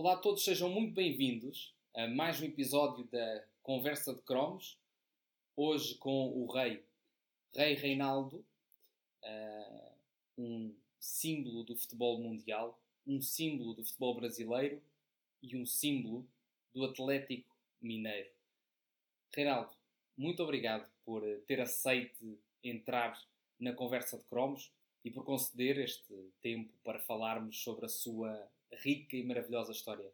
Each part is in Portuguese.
Olá a todos, sejam muito bem-vindos a mais um episódio da Conversa de Cromos. Hoje com o Rei Reinaldo, um símbolo do futebol mundial, um símbolo do futebol brasileiro e um símbolo do Atlético Mineiro. Reinaldo, muito obrigado por ter aceito entrar na Conversa de Cromos e por conceder este tempo para falarmos sobre a sua rica e maravilhosa história.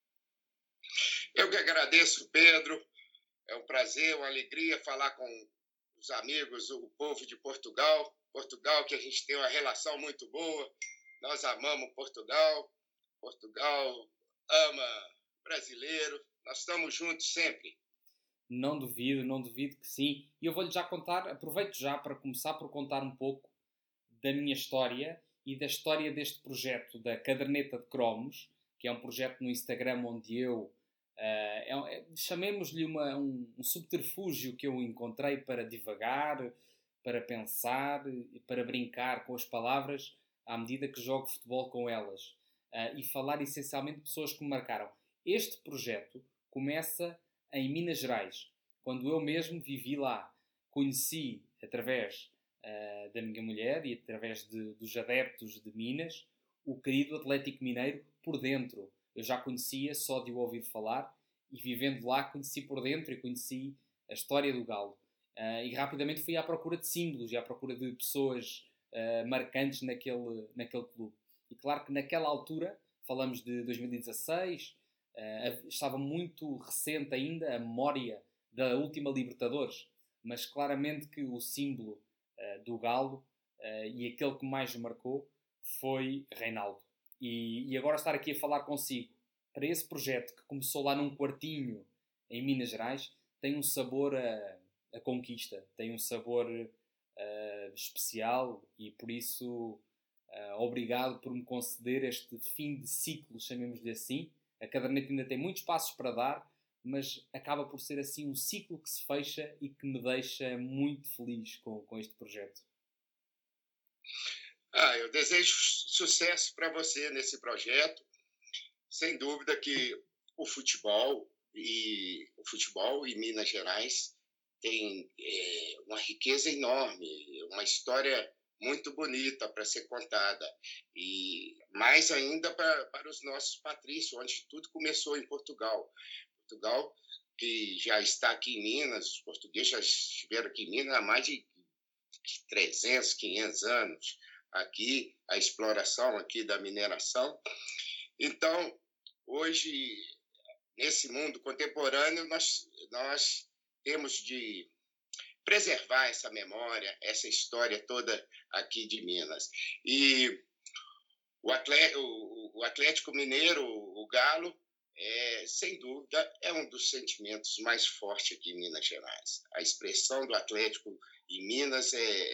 Eu que agradeço, Pedro. É um prazer, uma alegria falar com os amigos, o povo de Portugal. Portugal, que a gente tem uma relação muito boa. Nós amamos Portugal. Portugal ama brasileiro. Nós estamos juntos sempre. Não duvido que sim. E eu vou-lhe já contar, aproveito já para começar por contar um pouco da minha história e da história deste projeto da Caderneta de Cromos, que é um projeto no Instagram onde eu, chamemos-lhe um subterfúgio que eu encontrei para divagar, para pensar, para brincar com as palavras à medida que jogo futebol com elas e falar essencialmente de pessoas que me marcaram. Este projeto começa em Minas Gerais, quando eu mesmo vivi lá. Conheci, através da minha mulher e através dos adeptos de Minas, o querido Atlético Mineiro por dentro. Eu já conhecia só de o ouvir falar e vivendo lá conheci por dentro e conheci a história do Galo. E rapidamente fui à procura de símbolos e à procura de pessoas marcantes naquele clube. E claro que naquela altura, falamos de 2016, estava muito recente ainda a memória da última Libertadores, mas claramente que o símbolo do Galo e aquele que mais o marcou foi Reinaldo. E agora estar aqui a falar consigo para esse projeto que começou lá num quartinho em Minas Gerais tem um sabor a conquista, tem um sabor especial e por isso obrigado por me conceder este fim de ciclo, chamemos-lhe assim. A caderneta ainda tem muitos passos para dar, mas acaba por ser assim um ciclo que se fecha e que me deixa muito feliz com este projeto. Eu desejo sucesso para você nesse projeto. Sem dúvida que o futebol e Minas Gerais tem uma riqueza enorme, uma história muito bonita para ser contada. E mais ainda para os nossos patrícios, onde tudo começou em Portugal. Portugal, que já está aqui em Minas, os portugueses já estiveram aqui em Minas há mais de 300, 500 anos. Aqui, a exploração aqui da mineração. Então, hoje, nesse mundo contemporâneo, nós temos de preservar essa memória, essa história toda aqui de Minas. E o Atlético Mineiro, o Galo, sem dúvida, é um dos sentimentos mais fortes aqui em Minas Gerais. A expressão do Atlético em Minas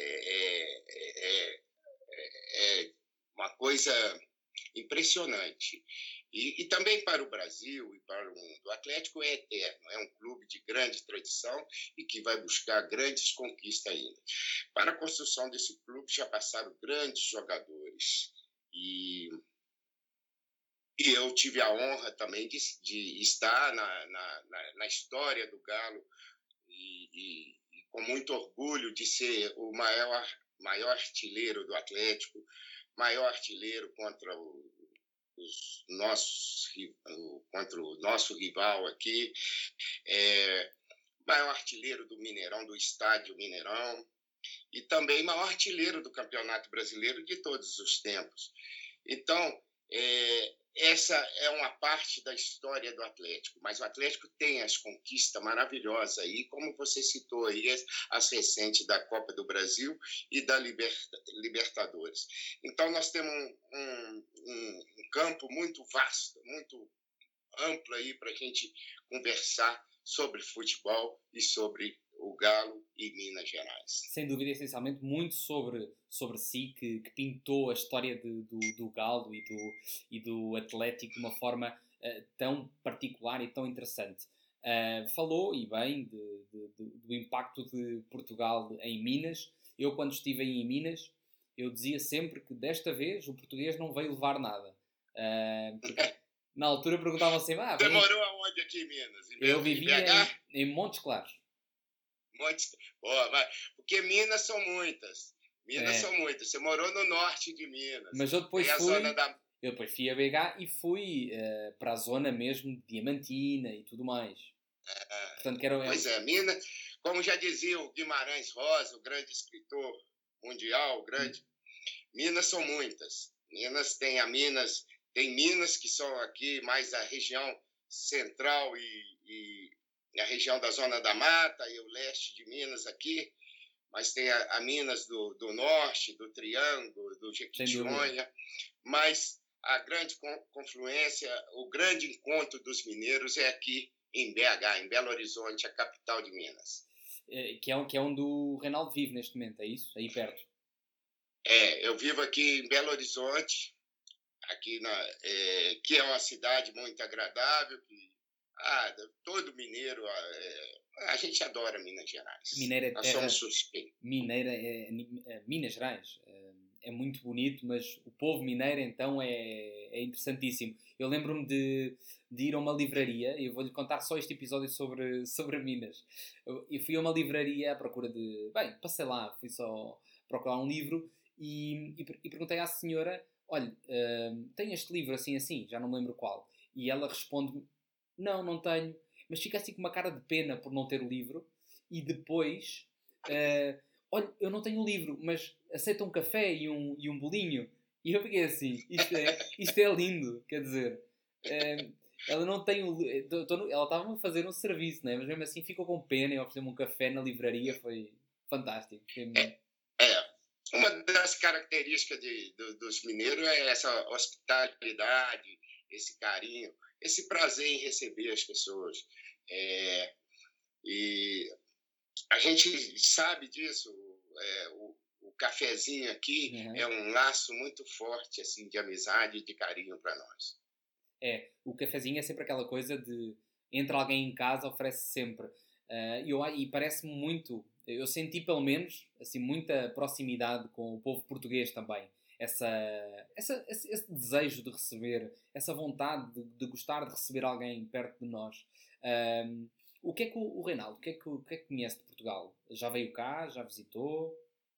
é uma coisa impressionante. E também para o Brasil e para o mundo. O Atlético é eterno, é um clube de grande tradição e que vai buscar grandes conquistas ainda. Para a construção desse clube já passaram grandes jogadores. E eu tive a honra também de estar na história do Galo e com muito orgulho de ser o maior artilheiro do Atlético, maior artilheiro contra o nosso rival aqui, maior artilheiro do Mineirão, do estádio Mineirão, e também maior artilheiro do Campeonato Brasileiro de todos os tempos. Então, essa é uma parte da história do Atlético, mas o Atlético tem as conquistas maravilhosas aí, como você citou aí, as recentes da Copa do Brasil e da Libertadores. Então, nós temos um campo muito vasto, muito amplo aí para a gente conversar sobre futebol e sobre o Galo e Minas Gerais. Sem dúvida, essencialmente, muito sobre si, que pintou a história do Galo e do Atlético de uma forma tão particular e tão interessante. Falou, e bem, do impacto de Portugal em Minas. Eu, quando estive em Minas, eu dizia sempre que desta vez o português não veio levar nada. Na altura perguntavam assim, Você morou aonde aqui em Minas? Eu vivia em Montes Claros. Porque Minas são muitas. São muitas. Você morou no norte de Minas. Mas eu depois Eu depois fui a BH e fui para a zona mesmo de Diamantina e tudo mais. Portanto, Pois é, Minas, como já dizia o Guimarães Rosa, o grande escritor mundial, Minas são muitas. Tem Minas que são aqui mais a região central e a região da Zona da Mata e o leste de Minas aqui, mas tem a Minas do Norte, do Triângulo, do Jequitinhonha, mas a grande confluência, o grande encontro dos mineiros é aqui em BH, em Belo Horizonte, a capital de Minas. Que é onde o Reinaldo vive neste momento, é isso? Aí perto? Eu vivo aqui em Belo Horizonte, que é uma cidade muito agradável, todo mineiro, a gente adora Minas Gerais. Mineira é Nós somos suspeitos. Minas Gerais é muito bonito, mas o povo mineiro então é interessantíssimo. Eu lembro-me de ir a uma livraria, e eu vou-lhe contar só este episódio sobre Minas. Eu fui a uma livraria à procura de... Bem, passei lá, fui só procurar um livro e perguntei à senhora, olha, tem este livro assim, já não me lembro qual. E ela responde-me, não tenho, mas fica assim com uma cara de pena por não ter o livro. E depois, olha, eu não tenho o livro, mas aceita um café e um bolinho. E eu fiquei assim, isto é lindo, quer dizer, ela não tem ela estava a fazer um serviço, né? Mas mesmo assim ficou com pena e ofereceu-me um café na livraria, foi fantástico. Uma das características dos mineiros é essa hospitalidade, esse carinho, esse prazer em receber as pessoas. E a gente sabe disso. O cafezinho aqui é um laço muito forte assim, de amizade e de carinho para nós. O cafezinho é sempre aquela coisa de entra alguém em casa, oferece sempre. E parece-me muito, eu senti pelo menos assim, muita proximidade com o povo português também. Esse desejo de receber, essa vontade de gostar de receber alguém perto de nós. O que é que o Reinaldo, o que é que conhece de Portugal? Já veio cá? Já visitou?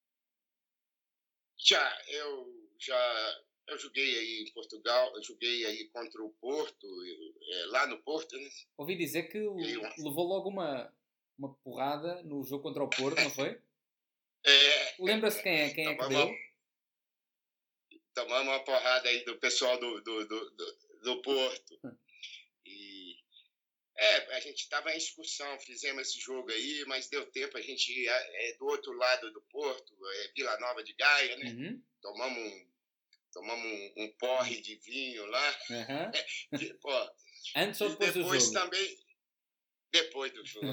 Eu joguei aí em Portugal, eu joguei aí contra o Porto, lá no Porto, né? Ouvi dizer que levou logo uma porrada no jogo contra o Porto, não foi? Lembra-se quem é que deu? Tomamos uma porrada aí do pessoal do Porto. E a gente estava em excursão, fizemos esse jogo aí, mas deu tempo, a gente ir do outro lado do Porto, Vila Nova de Gaia, né? Uhum. Tomamos um porre de vinho lá. Uhum. Antes ou depois do jogo? Também, depois do jogo.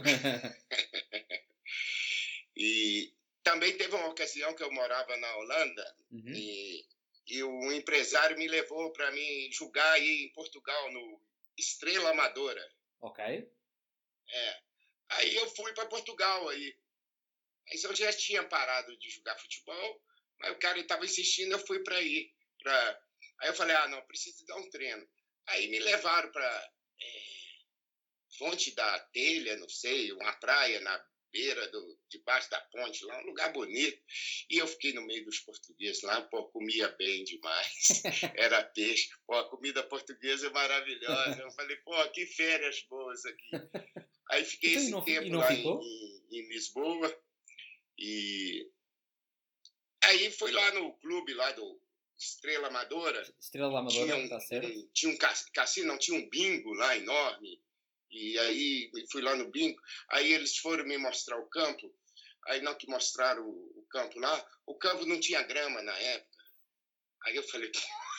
E também teve uma ocasião que eu morava na Holanda, uhum. e o empresário me levou para mim jogar aí em Portugal, no Estrela Amadora. Ok. Aí eu fui para Portugal aí. Mas eu já tinha parado de jogar futebol, mas o cara estava insistindo, eu fui para ir. Aí eu falei, não, preciso dar um treino. Aí me levaram para Fonte da Telha, não sei, uma praia na beira debaixo da ponte, lá um lugar bonito. E eu fiquei no meio dos portugueses lá, comia bem demais. Era peixe. A comida portuguesa é maravilhosa. Eu falei, que férias boas aqui. Aí fiquei esse tempo lá em Lisboa. E aí fui lá no clube lá do Estrela Amadora. Estrela Amadora, tá certo. Tinha um cassino, não, tinha um bingo lá enorme. E aí fui lá no bingo. Aí eles foram me mostrar o campo. Aí não que mostraram o campo lá, o campo não tinha grama na época. Aí eu falei,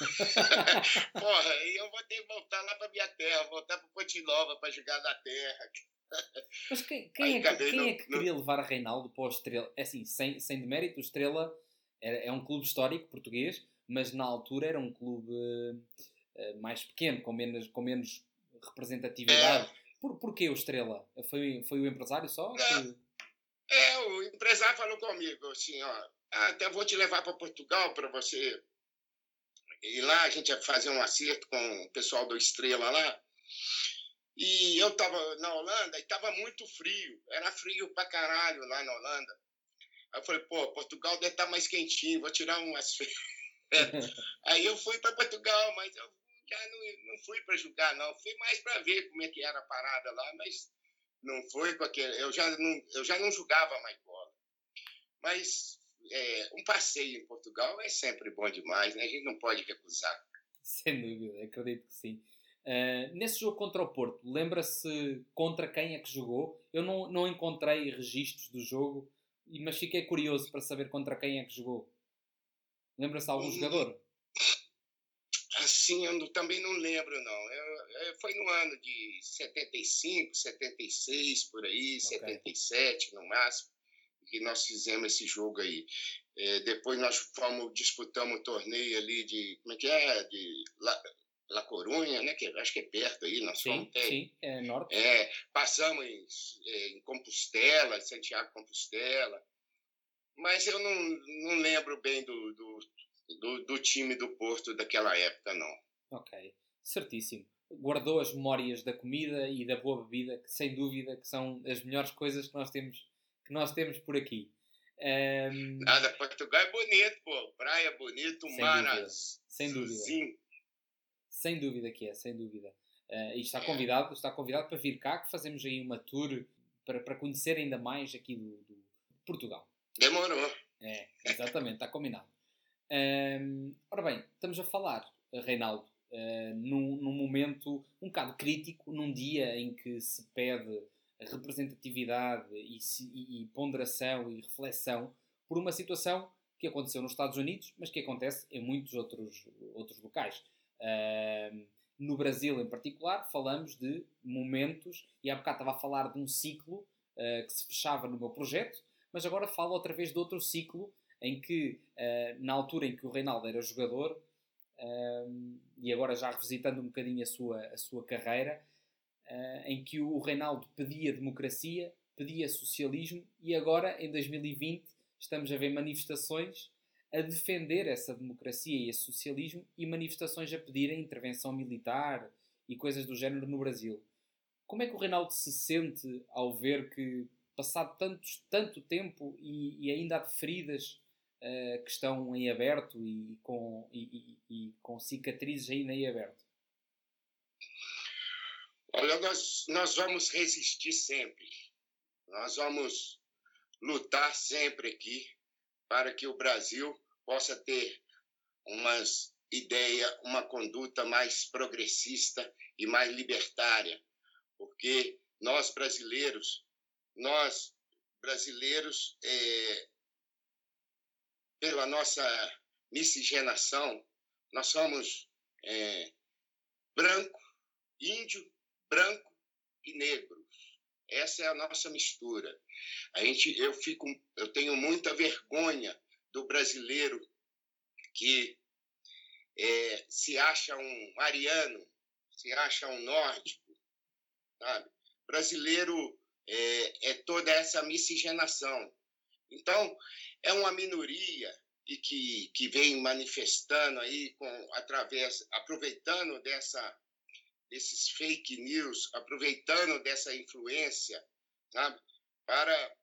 aí eu vou ter que voltar lá para minha terra, voltar para Ponte Nova para jogar na terra. Mas quem é que queria levar a Reinaldo para o Estrela? Assim, sem demérito, o Estrela é um clube histórico português, mas na altura era um clube mais pequeno, com menos representatividade. Porquê o Estrela? Foi o empresário só? O empresário falou comigo assim, até vou te levar para Portugal para você E lá a gente ia fazer um acerto com o pessoal do Estrela lá. E eu estava na Holanda e estava muito frio. Era frio pra caralho lá na Holanda. Aí eu falei, pô, Portugal deve estar mais quentinho, vou tirar umas férias. Aí eu fui para Portugal, mas eu já não fui para jogar, não. Fui mais para ver como é que era a parada lá, mas não foi com aquele. Eu já não jogava mais bola. Mas um passeio em Portugal é sempre bom demais, né? A gente não pode recusar. Sem dúvida, acredito que sim. Nesse jogo contra o Porto, lembra-se contra quem é que jogou? Eu não encontrei registros do jogo, mas fiquei curioso para saber contra quem é que jogou. Lembra-se de algum jogador? Assim, eu também não lembro, não. Foi no ano de 75, 76, por aí, okay. 77 no máximo, que nós fizemos esse jogo aí. Depois nós disputamos o torneio ali de, como é que é? De La Coruña, né? Que acho que é perto aí. Nós sim, é norte. Passamos em Compostela, Santiago Compostela. Mas eu não lembro bem do time do Porto daquela época, não. Ok, certíssimo. Guardou as memórias da comida e da boa bebida, que sem dúvida que são as melhores coisas que nós temos por aqui. Nada, Portugal é bonito, pô. Praia bonito, mar sem dúvida. Sim. Sem dúvida que é, sem dúvida. E está convidado para vir cá, que fazemos aí uma tour para conhecer ainda mais aqui do Portugal. Demorou. Exatamente, está combinado. Ora bem, estamos a falar, Reinaldo, num momento um bocado crítico, num dia em que se pede representatividade e ponderação e reflexão por uma situação que aconteceu nos Estados Unidos, mas que acontece em muitos outros locais. No Brasil, em particular, falamos de momentos, e há bocado estava a falar de um ciclo que se fechava no meu projeto, mas agora falo outra vez de outro ciclo em que, na altura em que o Reinaldo era jogador, e agora já revisitando um bocadinho a sua carreira, em que o Reinaldo pedia democracia, pedia socialismo, e agora, em 2020, estamos a ver manifestações a defender essa democracia e esse socialismo e manifestações a pedirem intervenção militar e coisas do género no Brasil. Como é que o Reinaldo se sente ao ver que, passado tanto tempo e ainda há feridas que estão em aberto e com cicatrizes ainda em aberto? Olha, nós vamos resistir sempre. Nós vamos lutar sempre aqui para que o Brasil possa ter uma conduta mais progressista e mais libertária. Porque nós brasileiros, pela nossa miscigenação, nós somos branco, índio, branco e negro. Essa é a nossa mistura. Eu tenho muita vergonha do brasileiro que se acha um ariano, se acha um nórdico, sabe? Brasileiro é toda essa miscigenação. Então, é uma minoria e que vem manifestando aí aproveitando desses fake news, aproveitando dessa influência, sabe, para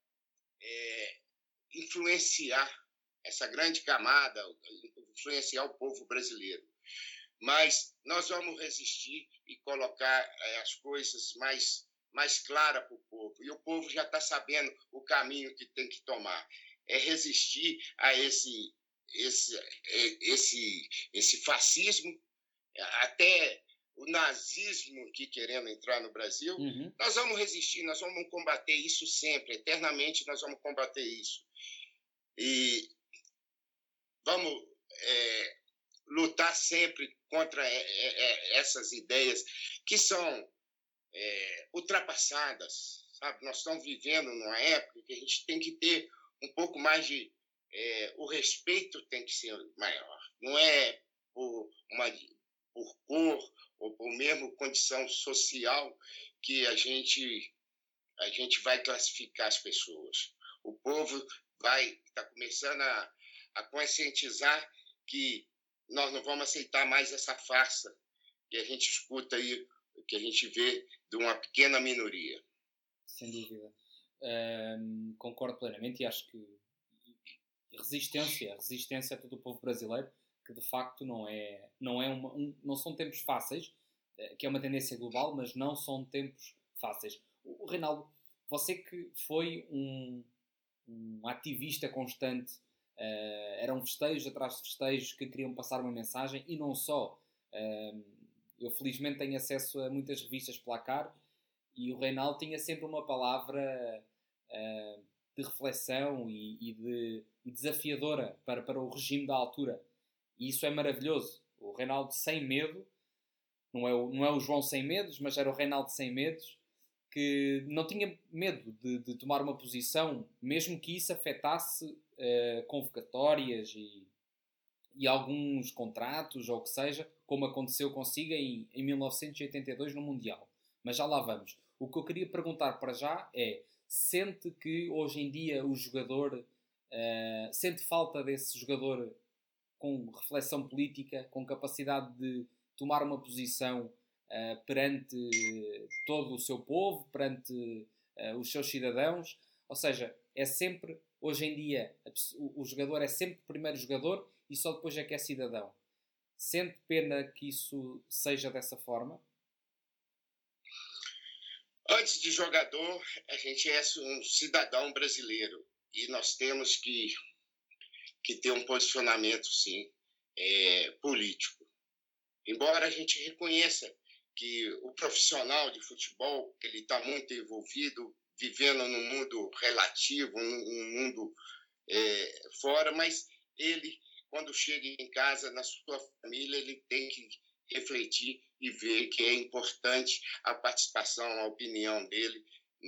influenciar essa grande camada, influenciar o povo brasileiro. Mas nós vamos resistir e colocar as coisas mais claras para o povo. E o povo já está sabendo o caminho que tem que tomar. É resistir a esse fascismo, até o nazismo que querendo entrar no Brasil. Uhum. Nós vamos resistir, nós vamos combater isso sempre, eternamente nós vamos combater isso. E vamos lutar sempre contra essas ideias que são ultrapassadas, sabe? Nós estamos vivendo numa época que a gente tem que ter um pouco mais de... o respeito tem que ser maior. Não é por cor ou por mesmo condição social que a gente vai classificar as pessoas. O povo está começando a conscientizar que nós não vamos aceitar mais essa farsa que a gente escuta aí, que a gente vê de uma pequena minoria. Sem dúvida. Concordo plenamente e acho que resistência a todo o povo brasileiro, que de facto não são tempos fáceis, que é uma tendência global, mas não são tempos fáceis. O Reinaldo, você que foi um ativista constante, eram festejos atrás de festejos que queriam passar uma mensagem e não só. Eu felizmente tenho acesso a muitas revistas Placar e o Reinaldo tinha sempre uma palavra de reflexão e desafiadora para o regime da altura. E isso é maravilhoso. O Reinaldo sem medo, não é o João sem medos, mas era o Reinaldo sem medos, que não tinha medo de tomar uma posição, mesmo que isso afetasse convocatórias e alguns contratos, ou o que seja, como aconteceu consigo em 1982 no Mundial. Mas já lá vamos. O que eu queria perguntar para já é: sente que hoje em dia o jogador sente falta desse jogador com reflexão política, com capacidade de tomar uma posição perante todo o seu povo, perante os seus cidadãos? Ou seja, é sempre, hoje em dia, o jogador é sempre o primeiro jogador e só depois é que é cidadão. Sente pena que isso seja dessa forma? Antes de jogador, a gente é um cidadão brasileiro e nós temos que ter um posicionamento, sim, político. Embora a gente reconheça que o profissional de futebol, ele está muito envolvido, vivendo num mundo relativo, num mundo fora, mas ele, quando chega em casa, na sua família, ele tem que refletir e ver que é importante a participação, a opinião dele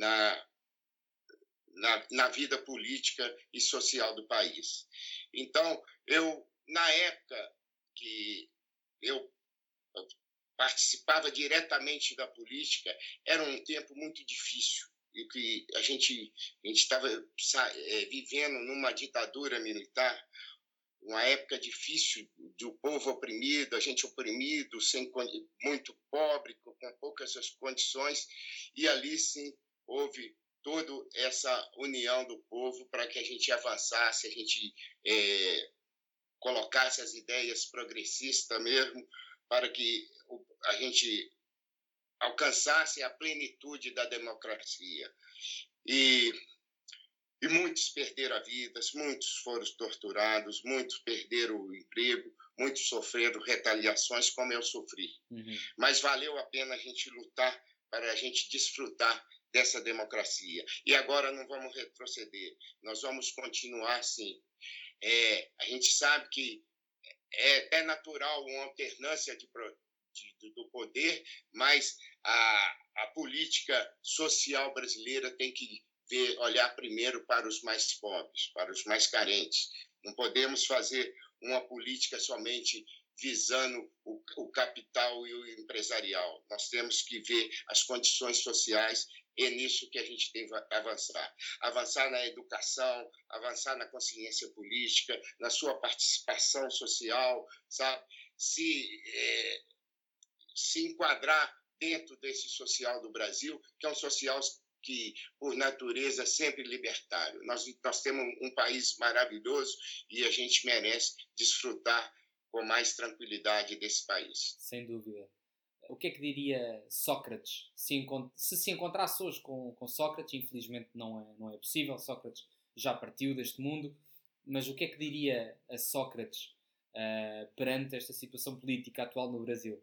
na vida política e social do país. Então, na época que eu participava diretamente da política, era um tempo muito difícil, e que a gente estava vivendo numa ditadura militar, uma época difícil do povo oprimido, a gente oprimido, muito pobre, com poucas condições, e ali sim houve toda essa união do povo para que a gente avançasse, a gente colocasse as ideias progressistas mesmo, para que a gente alcançasse a plenitude da democracia. E muitos perderam a vida, muitos foram torturados, muitos perderam o emprego, muitos sofreram retaliações como eu sofri. Uhum. Mas valeu a pena a gente lutar para a gente desfrutar dessa democracia. E agora não vamos retroceder, nós vamos continuar assim. A gente sabe que é natural uma alternância do poder, mas a política social brasileira tem que olhar primeiro para os mais pobres, para os mais carentes. Não podemos fazer uma política somente visando o capital e o empresarial. Nós temos que ver as condições sociais. É nisso que a gente tem que avançar. Avançar na educação, avançar na consciência política, na sua participação social, sabe? Se enquadrar dentro desse social do Brasil, que é um social que, por natureza, é sempre libertário. Nós temos um país maravilhoso e a gente merece desfrutar com mais tranquilidade desse país. Sem dúvida. O que é que diria Sócrates? Se encontrasse hoje com Sócrates, infelizmente não é possível, Sócrates já partiu deste mundo, mas o que é que diria a Sócrates perante esta situação política atual no Brasil?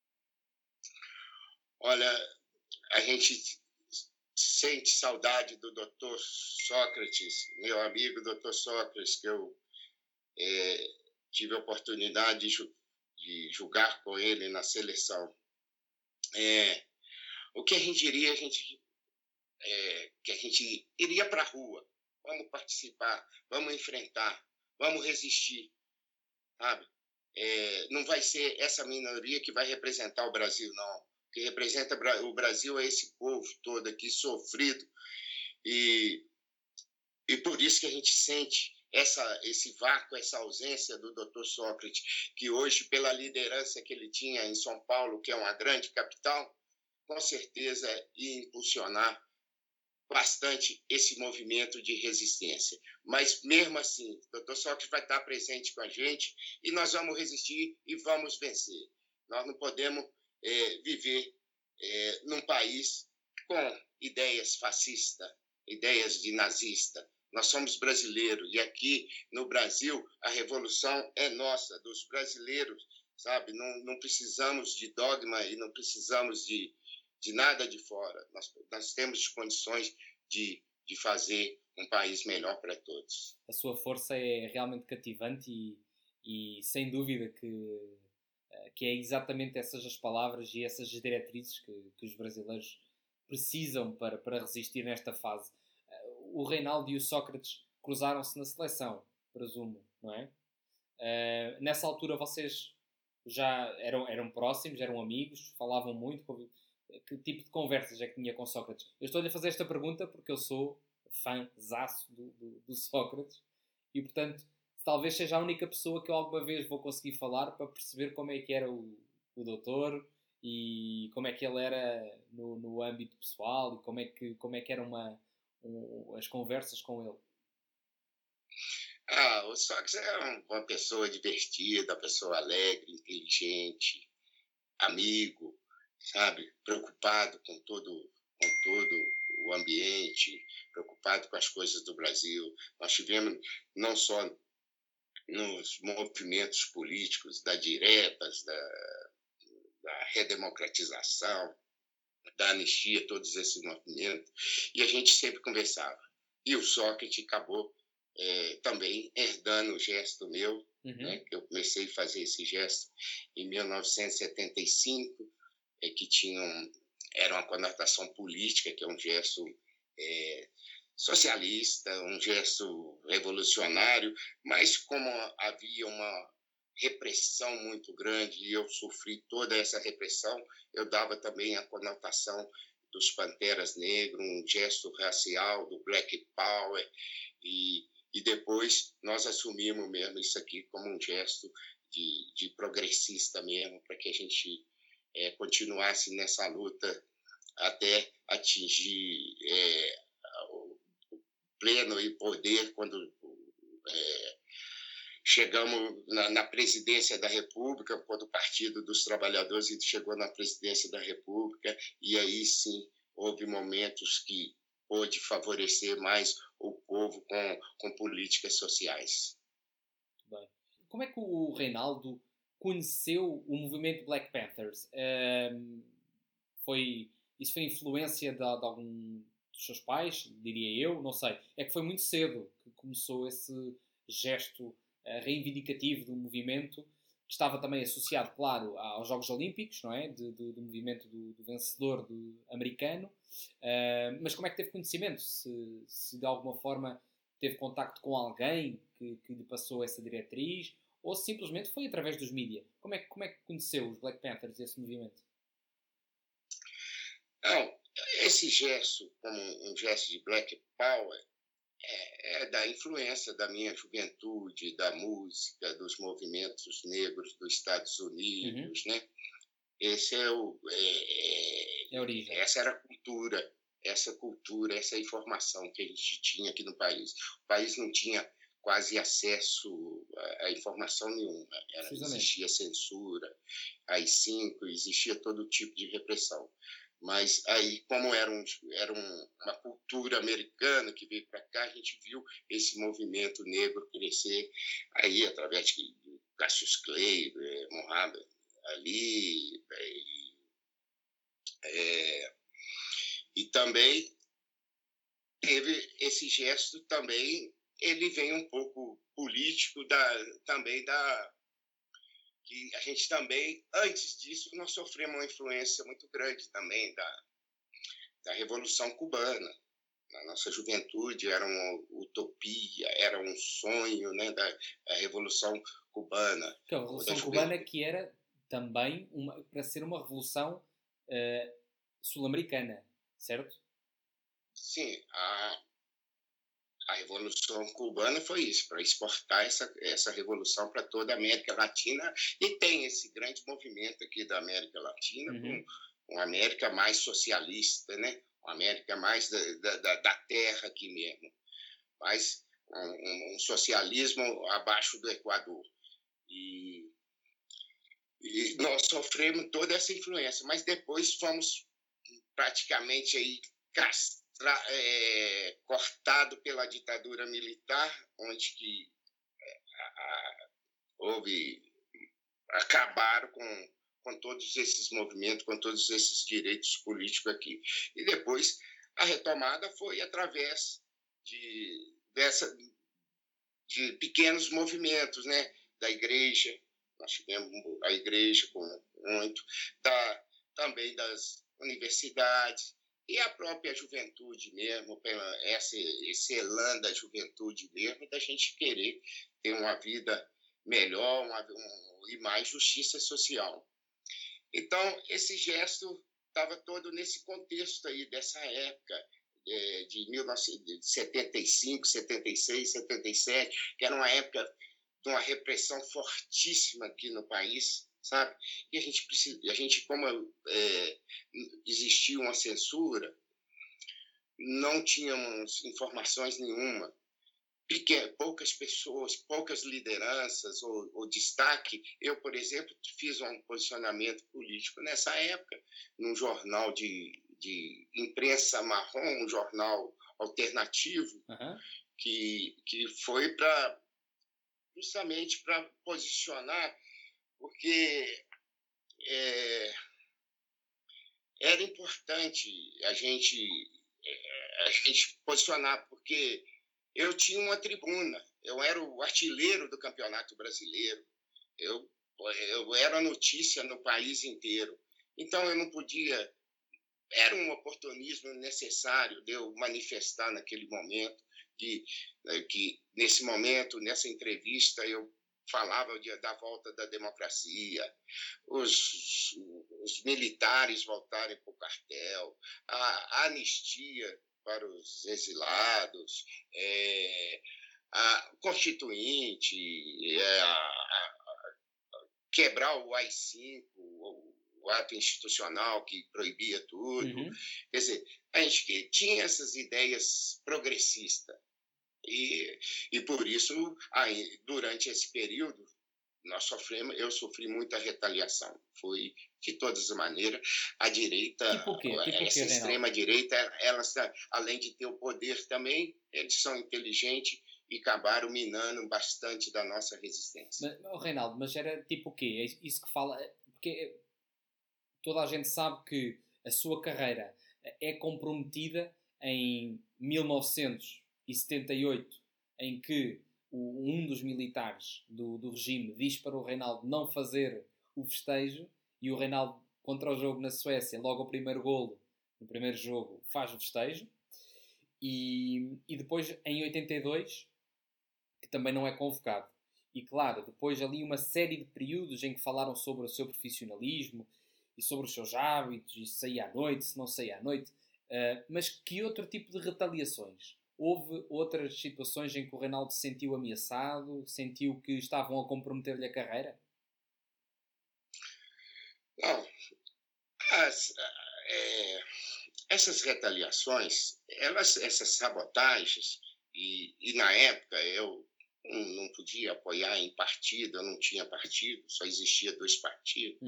Olha, a gente sente saudade do Dr. Sócrates, meu amigo Dr. Sócrates, que eu tive a oportunidade de jogar com ele na seleção. O que a gente diria, que a gente iria para a rua, vamos participar, vamos enfrentar, vamos resistir, sabe? Não vai ser essa minoria que vai representar o Brasil, não. O que representa o Brasil é esse povo todo aqui sofrido, e por isso que a gente sente esse vácuo, essa ausência do Dr. Sócrates, que hoje, pela liderança que ele tinha em São Paulo, que é uma grande capital, com certeza ia impulsionar bastante esse movimento de resistência. Mas, mesmo assim, o Dr. Sócrates vai estar presente com a gente e nós vamos resistir e vamos vencer. Nós não podemos viver num país com ideias fascistas, ideias de nazista. Nós somos brasileiros e aqui no Brasil a revolução é nossa, dos brasileiros, sabe? Não precisamos de dogma e não precisamos de nada de fora. Nós temos condições de fazer um país melhor para todos. A sua força é realmente cativante e sem dúvida que é exatamente essas as palavras e essas as diretrizes que os brasileiros precisam para resistir nesta fase. O Reinaldo e o Sócrates cruzaram-se na seleção, presumo, não é? Nessa altura vocês já eram próximos, eram amigos, falavam muito. Que tipo de conversas é que tinha com Sócrates? Eu estou-lhe a fazer esta pergunta porque eu sou fãzaço do Sócrates e, portanto, talvez seja a única pessoa que eu alguma vez vou conseguir falar para perceber como é que era o doutor e como é que ele era no âmbito pessoal e como é que eram as conversas com ele. O Sócrates é uma pessoa divertida, uma pessoa alegre, inteligente, amigo, sabe? Preocupado com todo o ambiente, preocupado com as coisas do Brasil. Nós tivemos não só nos movimentos políticos da diretas, da redemocratização, da anistia, todos esses movimentos, e a gente sempre conversava. E o Sócrates acabou também herdando o gesto meu, né? Eu comecei a fazer esse gesto em 1975, que era uma conotação política, que é um gesto socialista, um gesto revolucionário, mas como havia uma repressão muito grande e eu sofri toda essa repressão, eu dava também a conotação dos Panteras Negros, um gesto racial, do Black Power, e depois nós assumimos mesmo isso aqui como um gesto de progressista mesmo, para que a gente continuasse nessa luta até atingir o pleno e poder quando chegamos na presidência da República, quando o Partido dos Trabalhadores chegou na presidência da República, e aí sim houve momentos que pôde favorecer mais o povo com políticas sociais. Muito bem. Como é que o Reinaldo conheceu o movimento Black Panthers? Isso foi influência de algum dos seus pais, diria eu, não sei. É que foi muito cedo que começou esse gesto reivindicativo do movimento, que estava também associado, claro, aos Jogos Olímpicos, não é? Do movimento do vencedor americano. Mas como é que teve conhecimento? Se de alguma forma teve contacto com alguém que lhe passou essa diretriz, ou simplesmente foi através dos mídias? Como é que conheceu os Black Panthers e esse movimento? Não, esse gesto, como um gesto de Black Power, é da influência da minha juventude, da música, dos movimentos negros dos Estados Unidos, né? Esse é a origem. Essa era a cultura, essa informação que a gente tinha aqui no país. O país não tinha quase acesso a informação nenhuma. Existia censura, AI-5, existia todo tipo de repressão. Mas aí, como era uma cultura americana que veio para cá, a gente viu esse movimento negro crescer aí através de Cassius Clay, Muhammad Ali, e também teve esse gesto também, ele vem um pouco político que a gente também, antes disso, nós sofremos uma influência muito grande também da Revolução Cubana. Na nossa juventude era uma utopia, era um sonho, né, da Revolução Cubana. Que a Revolução Cubana que era também para ser uma revolução sul-americana, certo? Sim, a Revolução Cubana foi isso, para exportar essa revolução para toda a América Latina, e tem esse grande movimento aqui da América Latina, uma América mais socialista, né? Uma América mais da terra aqui mesmo, mais um socialismo abaixo do Equador. E nós sofremos toda essa influência, mas depois fomos praticamente aí cortado pela ditadura militar, onde que acabaram com todos esses movimentos, com todos esses direitos políticos aqui. E depois a retomada foi através de pequenos movimentos, né? Da igreja, nós tivemos a igreja com muito, também das universidades, e a própria juventude mesmo, esse elan da juventude mesmo, da gente querer ter uma vida melhor e mais justiça social. Então, esse gesto estava todo nesse contexto aí, dessa época, de 1975, 76, 77, que era uma época de uma repressão fortíssima aqui no país, sabe? E a gente como existia uma censura, não tínhamos informações nenhuma. Poucas pessoas, poucas lideranças ou destaque. Eu, por exemplo, fiz um posicionamento político nessa época, num jornal de imprensa marrom, um jornal alternativo, que foi justamente para posicionar, porque era importante a gente posicionar, porque eu tinha uma tribuna, eu era o artilheiro do Campeonato Brasileiro, eu era notícia no país inteiro, então eu não podia, era um oportunismo necessário de eu manifestar naquele momento, que nesse momento, nessa entrevista, eu falava da volta da democracia, os militares voltarem para o quartel, a anistia para os exilados, a constituinte, quebrar o AI-5, o ato institucional que proibia tudo. Quer dizer, a gente tinha essas ideias progressistas. E por isso, durante esse período, eu sofri muita retaliação. Foi, de todas as maneiras, a direita, essa extrema-direita, elas, além de ter o poder também, eles são inteligentes e acabaram minando bastante da nossa resistência. Reinaldo, mas era tipo o quê? É isso que fala... Porque toda a gente sabe que a sua carreira é comprometida em 1978, em que um dos militares do regime diz para o Reinaldo não fazer o festejo, e o Reinaldo, contra o jogo na Suécia, logo o primeiro golo, no primeiro jogo, faz o festejo. E depois, em 82, que também não é convocado. E claro, depois ali uma série de períodos em que falaram sobre o seu profissionalismo e sobre os seus hábitos, e se saía à noite, se não saía à noite. Mas que outro tipo de retaliações? Houve outras situações em que o Reinaldo se sentiu ameaçado, sentiu que estavam a comprometer-lhe a carreira? Não. Essas retaliações, essas sabotagens, e na época eu não podia apoiar em partido, eu não tinha partido, só existia 2 partidos.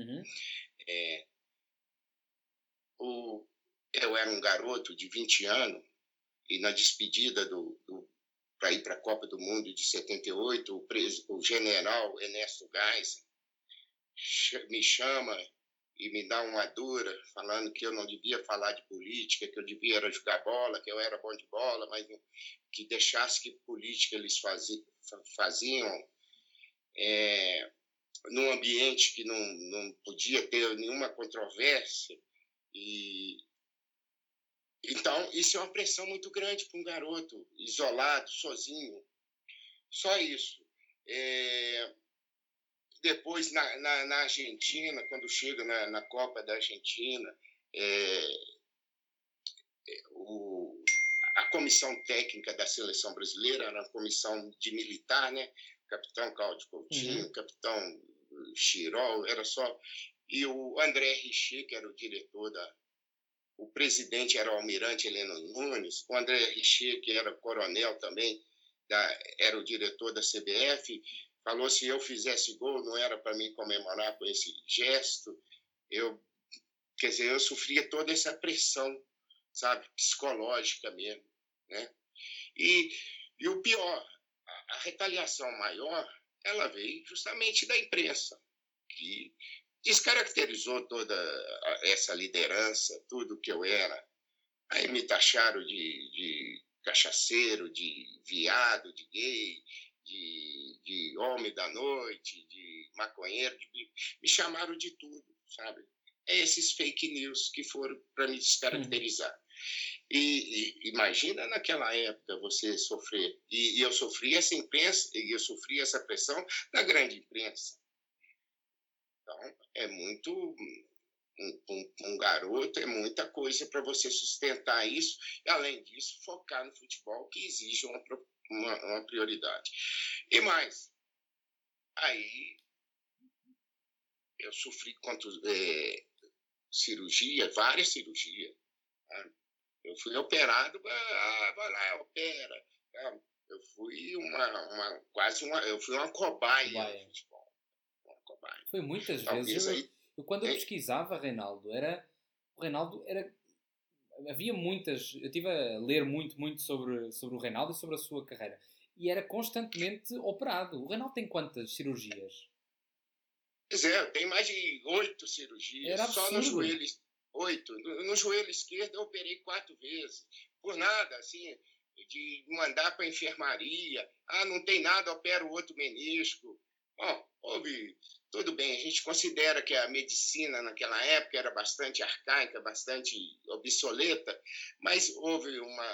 Eu era um garoto de 20 anos, e na despedida para ir para a Copa do Mundo de 78, o general Ernesto Geisel me chama e me dá uma dura, falando que eu não devia falar de política, que eu devia era jogar bola, que eu era bom de bola, mas que deixasse que política eles faziam num ambiente que não podia ter nenhuma controvérsia. Então, isso é uma pressão muito grande para um garoto isolado, sozinho. Só isso. Depois, na Argentina, quando chega na Copa da Argentina, a comissão técnica da seleção brasileira era uma comissão de militar, né? Capitão Cláudio Coutinho, capitão Chirol, era só... E o André Richer, que era o diretor o presidente era o almirante Heleno Nunes, o André Richer, que era coronel também, era o diretor da CBF, falou se eu fizesse gol não era para mim comemorar com esse gesto. Quer dizer, eu sofria toda essa pressão, sabe, psicológica mesmo, né? E o pior, a retaliação maior, ela veio justamente da imprensa, que descaracterizou toda essa liderança, tudo que eu era. Aí me taxaram de cachaceiro, de viado, de gay, de homem da noite, de maconheiro, me chamaram de tudo, sabe? É esses fake news que foram para me descaracterizar. E imagina naquela época você sofrer, e eu sofri essa imprensa, e eu sofri essa pressão da grande imprensa. Então, é muito... Um garoto, é muita coisa para você sustentar isso, e além disso, focar no futebol, que exige uma prioridade. E mais, aí eu sofri cirurgia, várias cirurgias. Tá? Eu fui operado, vai lá, opera. Tá? Eu fui eu fui uma cobaia no futebol. Uma cobaia. Foi muitas vezes. Quando eu pesquisava, o Reinaldo era... Havia muitas... Eu estive a ler muito sobre o Reinaldo e sobre a sua carreira. E era constantemente operado. O Reinaldo tem quantas cirurgias? Pois é, tem mais de 8 cirurgias. Era absurdo. Só no joelho... 8. No joelho esquerdo eu operei 4 vezes. Por nada, assim, de mandar para a enfermaria. Não tem nada, opera o outro menisco. Bom, tudo bem, a gente considera que a medicina naquela época era bastante arcaica, bastante obsoleta, mas houve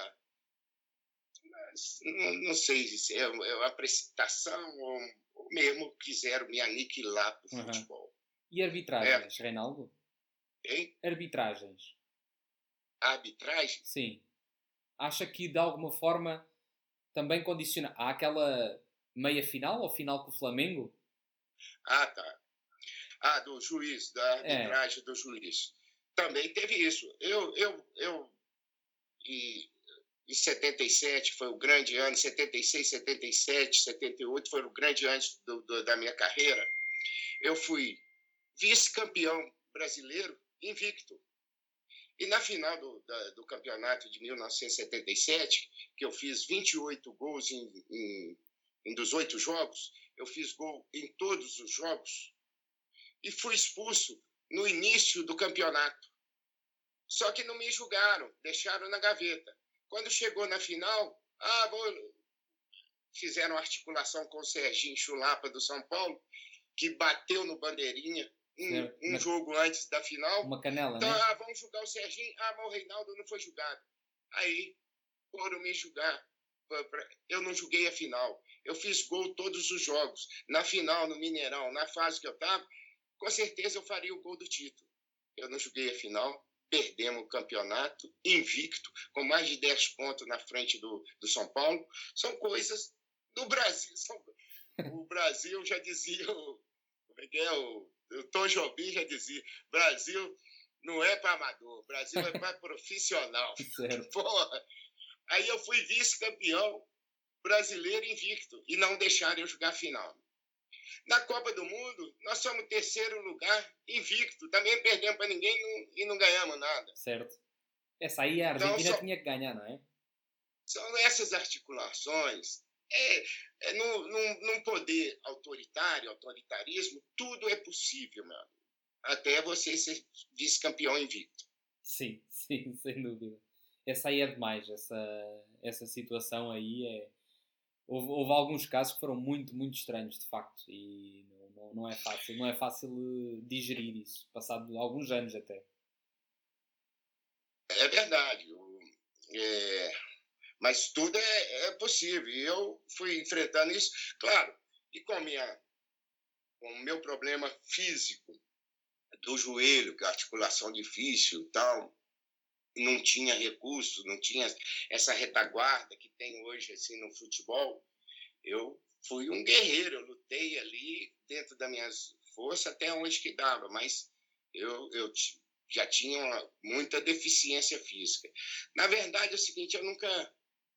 não sei se é uma precipitação ou mesmo quiseram me aniquilar para o futebol. E arbitragens, Reinaldo? Hein? Arbitragens. A arbitragem? Sim. Acha que de alguma forma também condiciona... Há aquela meia final ou final com o Flamengo? Tá. Do juiz, da arbitragem do juiz. Também teve isso. Em 77 foi o grande ano, 76, 77, 78 foi o grande ano da minha carreira. Eu fui vice-campeão brasileiro invicto. E na final do campeonato de 1977, que eu fiz 28 gols em 18 jogos, eu fiz gol em todos os jogos e fui expulso no início do campeonato. Só que não me julgaram, deixaram na gaveta. Quando chegou na final, fizeram articulação com o Serginho Chulapa do São Paulo, que bateu no Bandeirinha um jogo antes da final. Uma canela, então, né? Vamos julgar o Serginho. Mas o Reinaldo não foi julgado. Aí foram me julgar. Eu não joguei a final. Eu fiz gol todos os jogos. Na final, no Mineirão, na fase que eu estava, com certeza eu faria o gol do título. Eu não joguei a final. Perdemos o campeonato invicto, com mais de 10 pontos na frente do São Paulo. São coisas do Brasil. O Brasil já dizia, o Tom Jobim já dizia, Brasil não é para amador, Brasil é para profissional. Porra. Aí eu fui vice-campeão brasileiro invicto e não deixaram eu jogar final. Na Copa do Mundo, nós somos 3º lugar invicto. Também perdemos para ninguém e não ganhamos nada. Certo. Essa aí a Argentina tinha que ganhar, não é? São essas articulações. Num poder autoritarismo, tudo é possível, meu amigo. Até você ser vice-campeão invicto. Sim, sem dúvida. Essa aí é demais. Essa situação aí é... Houve alguns casos que foram muito estranhos, de facto. E não é fácil. Não é fácil digerir isso. Passado alguns anos até. É verdade. Mas tudo é possível. E eu fui enfrentando isso, claro. E com o meu problema físico do joelho, que é articulação difícil e tal, não tinha recurso, não tinha essa retaguarda que tem hoje assim no futebol. Eu fui um guerreiro, eu lutei ali dentro das minhas forças até onde que dava, mas eu já tinha muita deficiência física. Na verdade, é o seguinte, eu nunca...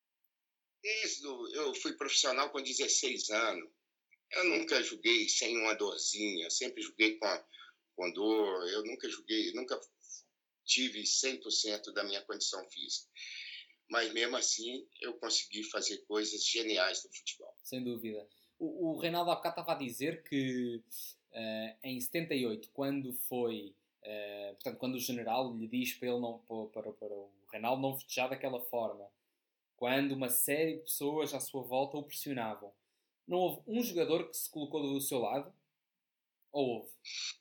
eu fui profissional com 16 anos, eu nunca joguei sem uma dorzinha, eu sempre joguei com dor, eu nunca joguei, nunca tive 100% da minha condição física. Mas mesmo assim, eu consegui fazer coisas geniais no futebol. Sem dúvida. O Reinaldo há bocado estava a dizer que em 78, quando foi, portanto, quando o general lhe diz para ele não, para o Reinaldo não festejar daquela forma, quando uma série de pessoas à sua volta o pressionavam, não houve um jogador que se colocou do seu lado? Ou houve?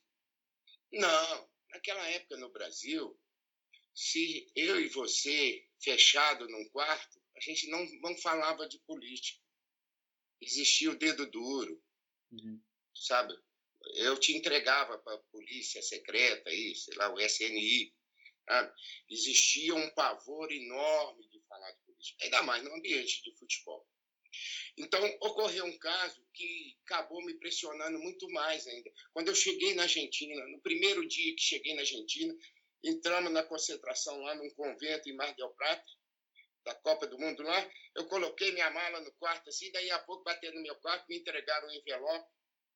Não, naquela época no Brasil, se eu e você, fechado num quarto, a gente não falava de política. Existia o dedo duro, sabe? Eu te entregava para a polícia secreta, aí, sei lá, o SNI. Sabe? Existia um pavor enorme de falar de política, ainda mais no ambiente de futebol. Então, ocorreu um caso que acabou me pressionando muito mais ainda. Quando eu cheguei na Argentina, no primeiro dia que cheguei na Argentina, entramos na concentração lá num convento em Mar del Plata, da Copa do Mundo lá, eu coloquei minha mala no quarto assim, daí a pouco bateram no meu quarto, me entregaram um envelope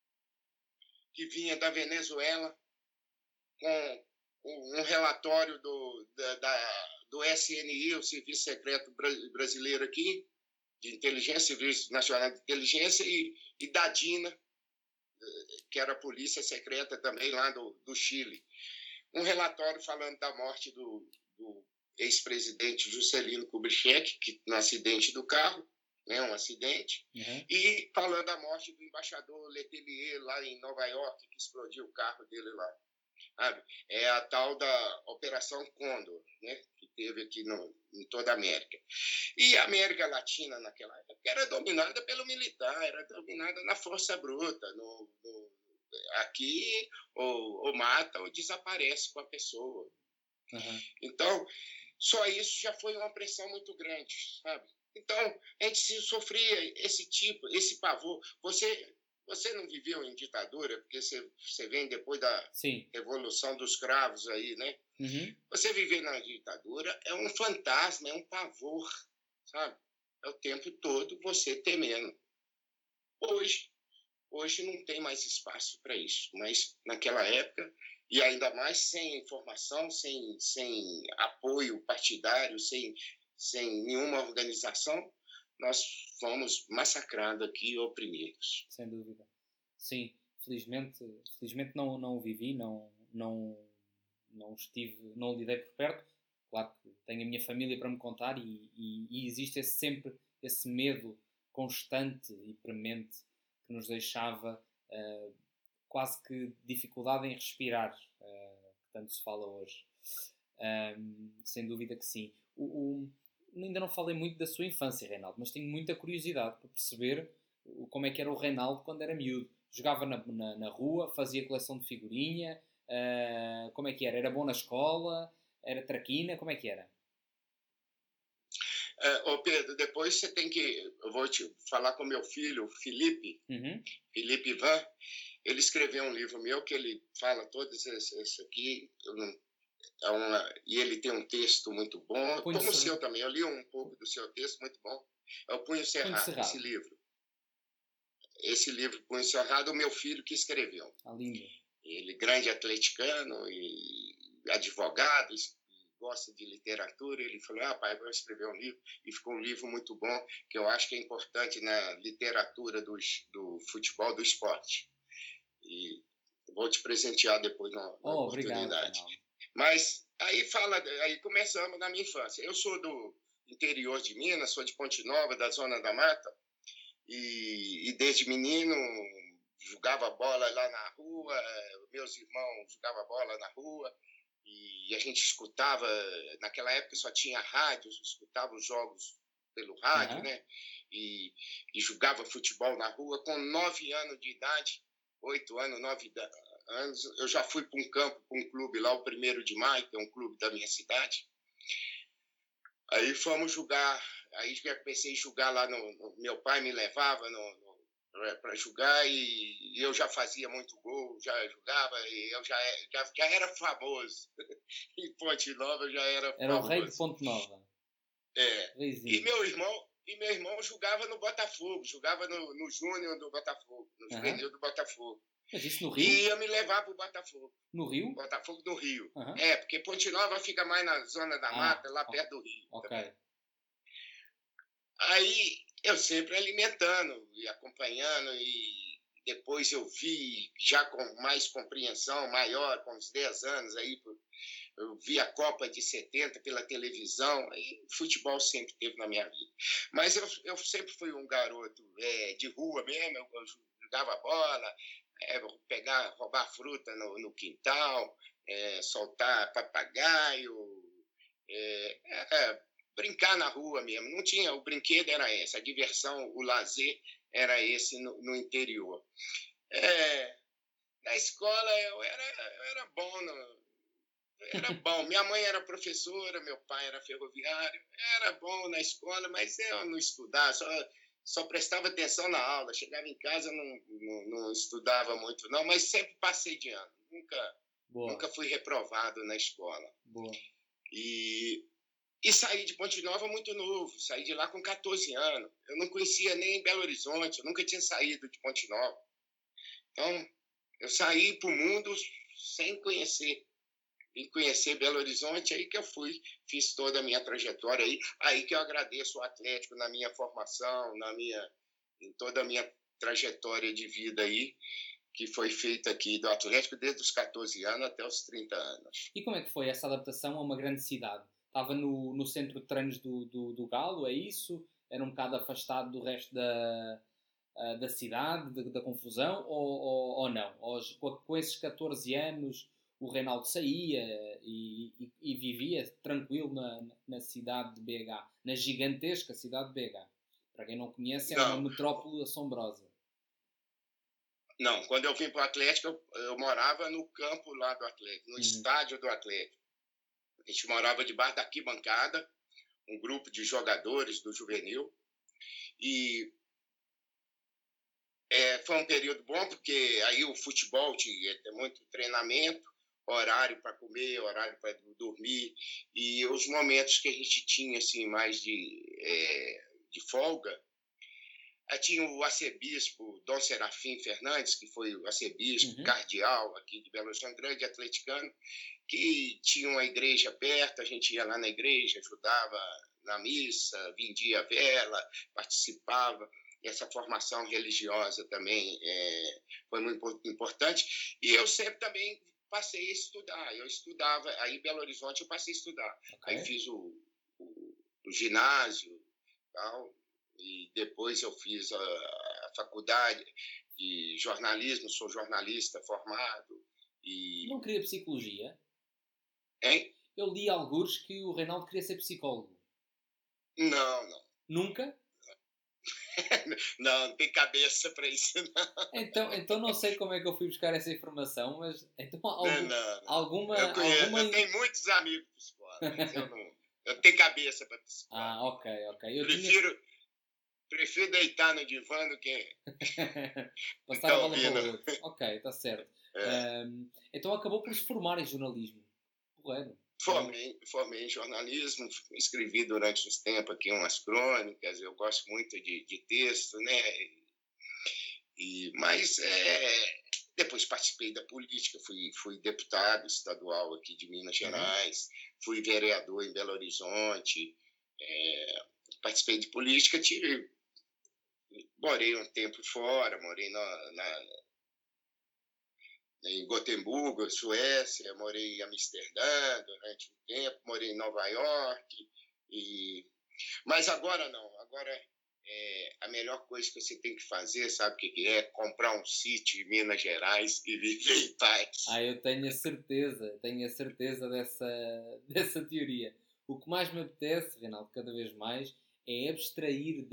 que vinha da Venezuela com um relatório do SNI, o Serviço Secreto Brasileiro aqui, de inteligência, Serviço Nacional de Inteligência, e da DINA, que era a polícia secreta também lá do Chile. Um relatório falando da morte do ex-presidente Juscelino Kubitschek, que no acidente do carro, né, um acidente, e falando da morte do embaixador Letelier lá em Nova York, que explodiu o carro dele lá. Sabe? É a tal da Operação Condor, né, que teve aqui em toda a América. E a América Latina, naquela época, era dominada pelo militar, era dominada na força bruta. Aqui, ou mata ou desaparece com a pessoa. Então, só isso já foi uma pressão muito grande, sabe? Então, a gente sofria esse pavor. Você não viveu em ditadura, porque você vem depois da Revolução dos Cravos aí, né? Você viver na ditadura é um fantasma, é um pavor, sabe? É o tempo todo você temendo. Hoje não tem mais espaço para isso, mas naquela época, e ainda mais sem informação, sem apoio partidário, sem nenhuma organização, nós fomos massacrados aqui, oprimidos. Sem dúvida. Sim, felizmente não o vivi, não estive, não lidei por perto. Claro que tenho a minha família para me contar e existe sempre esse medo constante e premente que nos deixava quase que dificuldade em respirar, que tanto se fala hoje. Sem dúvida que sim. Ainda não falei muito da sua infância, Reinaldo, mas tenho muita curiosidade para perceber como é que era o Reinaldo quando era miúdo. Jogava na rua, fazia coleção de figurinha, como é que era? Era bom na escola? Era traquina? Como é que era? Pedro, depois você tem que... Eu vou te falar com meu filho, Felipe, Felipe Ivan. Ele escreveu um livro meu que ele fala todos isso aqui. E ele tem um texto muito bom, como o seu também. Eu li um pouco do seu texto, muito bom. É o Punho Cerrado, esse livro. Esse livro, Punho Cerrado, o meu filho que escreveu. Lindo. Ele, grande atleticano e advogado, gosta de literatura. Ele falou, pai, eu vou escrever um livro. E ficou um livro muito bom, que eu acho que é importante na literatura do futebol, do esporte. E vou te presentear depois na oportunidade. Obrigado. Mas aí começamos na minha infância. Eu sou do interior de Minas, sou de Ponte Nova, da Zona da Mata, e desde menino jogava bola lá na rua, meus irmãos jogavam bola na rua, e a gente escutava, naquela época só tinha rádio, escutava os jogos pelo rádio, né? E jogava futebol na rua com 9 anos de idade, 8 anos, 9 anos, eu já fui para um campo, para um clube lá, o 1º de Maio, que é um clube da minha cidade, Aí fomos jogar, aí já comecei a jogar lá meu pai me levava para jogar e eu já fazia muito gol, já jogava e eu já era famoso. Em Ponte Nova eu já era Era o rei de famoso. Ponte Nova. É. E Reizinho. meu irmão jogava no Botafogo, jogava no Júnior do Botafogo, no Juvenil do Botafogo. Mas isso no Rio? E ia me levar para o Botafogo. No Rio? Botafogo no Rio. Uhum. É, porque Ponte Nova fica mais na zona da mata, lá perto do Rio. Ok. Também. Aí eu sempre alimentando e acompanhando e depois eu vi, já com mais compreensão maior, com uns 10 anos, aí eu vi a Copa de 70 pela televisão, e futebol sempre teve na minha vida. Mas eu sempre fui um garoto de rua mesmo, eu jogava bola, roubar fruta no quintal, soltar papagaio, brincar na rua mesmo. Não tinha, o brinquedo era esse, a diversão, o lazer era esse no interior. Na escola eu era bom, era bom. Minha mãe era professora, meu pai era ferroviário, era bom na escola, mas eu não estudava, só prestava atenção na aula. Chegava em casa, não estudava muito, não, mas sempre passei de ano. Nunca fui reprovado na escola. Boa. E saí de Ponte Nova muito novo, saí de lá com 14 anos. Eu não conhecia nem Belo Horizonte, eu nunca tinha saído de Ponte Nova. Então, eu saí para o mundo sem conhecer. Vim conhecer Belo Horizonte, aí que eu fiz toda a minha trajetória aí que eu agradeço o Atlético na minha formação, em toda a minha trajetória de vida aí, que foi feita aqui do Atlético desde os 14 anos até os 30 anos. E como é que foi essa adaptação a uma grande cidade? Estava no centro de treinos do Galo, é isso? Era um bocado afastado do resto da cidade, da confusão, ou não? Com esses 14 anos, o Reinaldo saía e vivia tranquilo na cidade de BH, na gigantesca cidade de BH. Para quem não conhece, é uma metrópole assombrosa. Não, quando eu vim para o Atlético, eu morava no campo lá do Atlético, no estádio do Atlético. A gente morava debaixo da arquibancada, um grupo de jogadores do juvenil. E foi um período bom, porque aí o futebol tinha muito treinamento, horário para comer, horário para dormir. E os momentos que a gente tinha assim, mais de folga, tinha o arcebispo Dom Serafim Fernandes, que foi o arcebispo cardeal aqui de Belo Horizonte, grande atleticano, que tinha uma igreja perto, a gente ia lá na igreja, ajudava na missa, vendia a vela, participava. E essa formação religiosa também foi muito importante. E eu sempre também passei a estudar. Eu estudava, aí em Belo Horizonte eu passei a estudar. Okay. Aí fiz o ginásio, tal, e depois eu fiz a faculdade de jornalismo, sou jornalista formado. E... Não queria psicologia? Hein? Eu li algures que o Reinaldo queria ser psicólogo. Não. Nunca? Não tem cabeça para isso, não. Então não sei como é que eu fui buscar essa informação, mas então alguma... Eu tenho muitos amigos psicólogos, mas eu não tenho cabeça para psicólogo. Ok. Prefiro deitar no divã do que... Passar a bola para o outro. Ok, está certo. Então acabou por se formar em jornalismo. Porreiro. Formei em jornalismo, escrevi durante uns tempos aqui umas crônicas, eu gosto muito de texto, né? Mas depois participei da política, fui deputado estadual aqui de Minas Gerais, fui vereador em Belo Horizonte, participei de política, morei um tempo fora, morei em Gotemburgo, Suécia, morei em Amsterdã durante um tempo, morei em Nova York. Mas agora não, agora a melhor coisa que você tem que fazer, sabe o que é? Comprar um sítio em Minas Gerais e viver em paz. Eu tenho a certeza dessa teoria. O que mais me apetece, Reinaldo, cada vez mais, é abstrair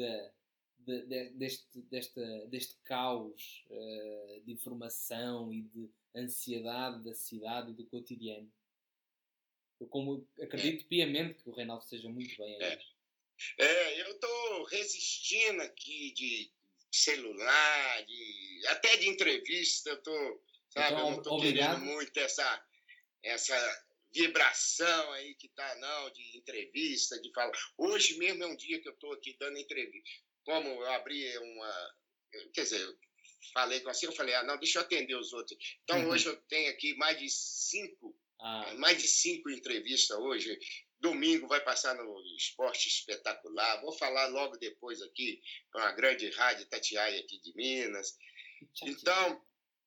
deste caos de informação e de ansiedade da cidade e do cotidiano. Eu É, acredito piamente que o Reinaldo esteja muito bem é. aí. Eu estou resistindo aqui de celular, até de entrevista, sabe, eu não Então, estou querendo obrigado. muito essa vibração aí que tá, não, de entrevista, de falar. Hoje mesmo é um dia que eu estou aqui dando entrevista. Como eu abri quer dizer, falei com você, eu falei, não, deixa eu atender os outros. Então, hoje eu tenho aqui mais de cinco entrevistas hoje. Domingo vai passar no Esporte Espetacular. Vou falar logo depois aqui com a grande rádio Itatiaia aqui de Minas. Então,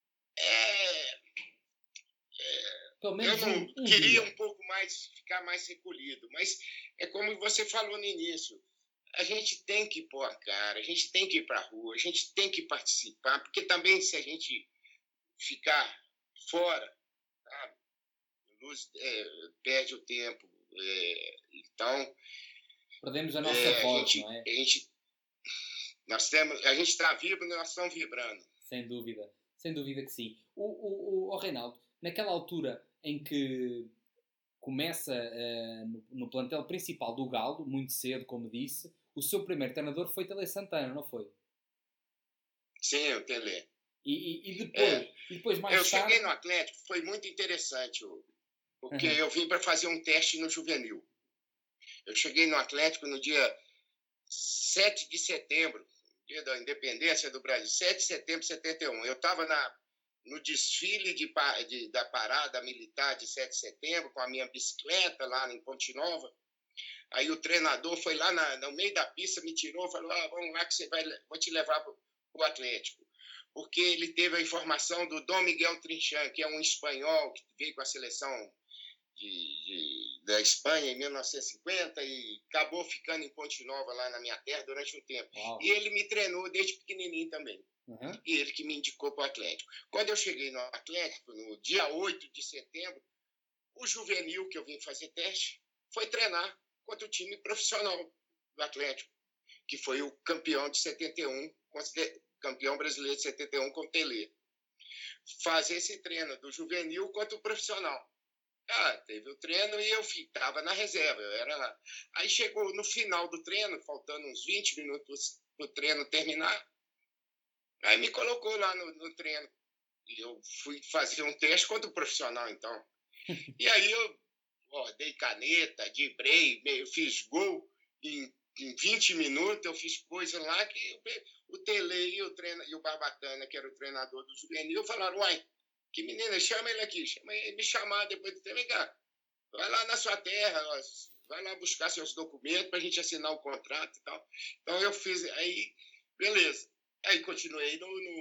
Pelo eu menos não um queria dia. um pouco mais, ficar mais recolhido, mas é como você falou no início, a gente tem que pôr a cara, a gente tem que ir para a rua, a gente tem que participar, porque também se a gente ficar fora, sabe, perde o tempo. Então, Perdemos a nossa voz, não é? a gente está vivo e nós estamos vibrando. Sem dúvida que sim. O Reinaldo, naquela altura em que começa no plantel principal do Galo, muito cedo, como disse, o seu primeiro treinador foi Tele Santana, não foi? Sim, o Tele. E depois mais eu tarde... cheguei no Atlético, foi muito interessante, porque eu vim para fazer um teste no juvenil. Eu cheguei no Atlético no dia 7 de setembro, dia da independência do Brasil, 7 de setembro de 71. Eu estava no desfile da parada militar de 7 de setembro, com a minha bicicleta lá em Ponte Nova. Aí o treinador foi lá no meio da pista, me tirou e falou, vamos lá que vou te levar para o Atlético. Porque ele teve a informação do Dom Miguel Trinchán, que é um espanhol que veio com a seleção da Espanha em 1950 e acabou ficando em Ponte Nova, lá na minha terra, durante um tempo. Uau. E ele me treinou desde pequenininho também. E ele que me indicou para o Atlético. Quando eu cheguei no Atlético, no dia 8 de setembro, o juvenil que eu vim fazer teste foi treinar contra o time profissional do Atlético, que foi o campeão de 71, campeão brasileiro de 71 com o Tele. Fazer esse treino do juvenil contra o profissional. Teve o treino e eu estava na reserva. Aí chegou no final do treino, faltando uns 20 minutos para o treino terminar, aí me colocou lá no treino. E eu fui fazer um teste contra o profissional, então. E aí eu dei caneta, driblei, eu fiz gol em 20 minutos, eu fiz coisa lá que o Tele e o Barbatana, que era o treinador do juvenil, falaram, uai, que menina, chama ele aqui, me chamar depois do tempo, vem cá, vai lá na sua terra, vai lá buscar seus documentos para a gente assinar o contrato e tal. Então eu fiz, aí, beleza. Aí continuei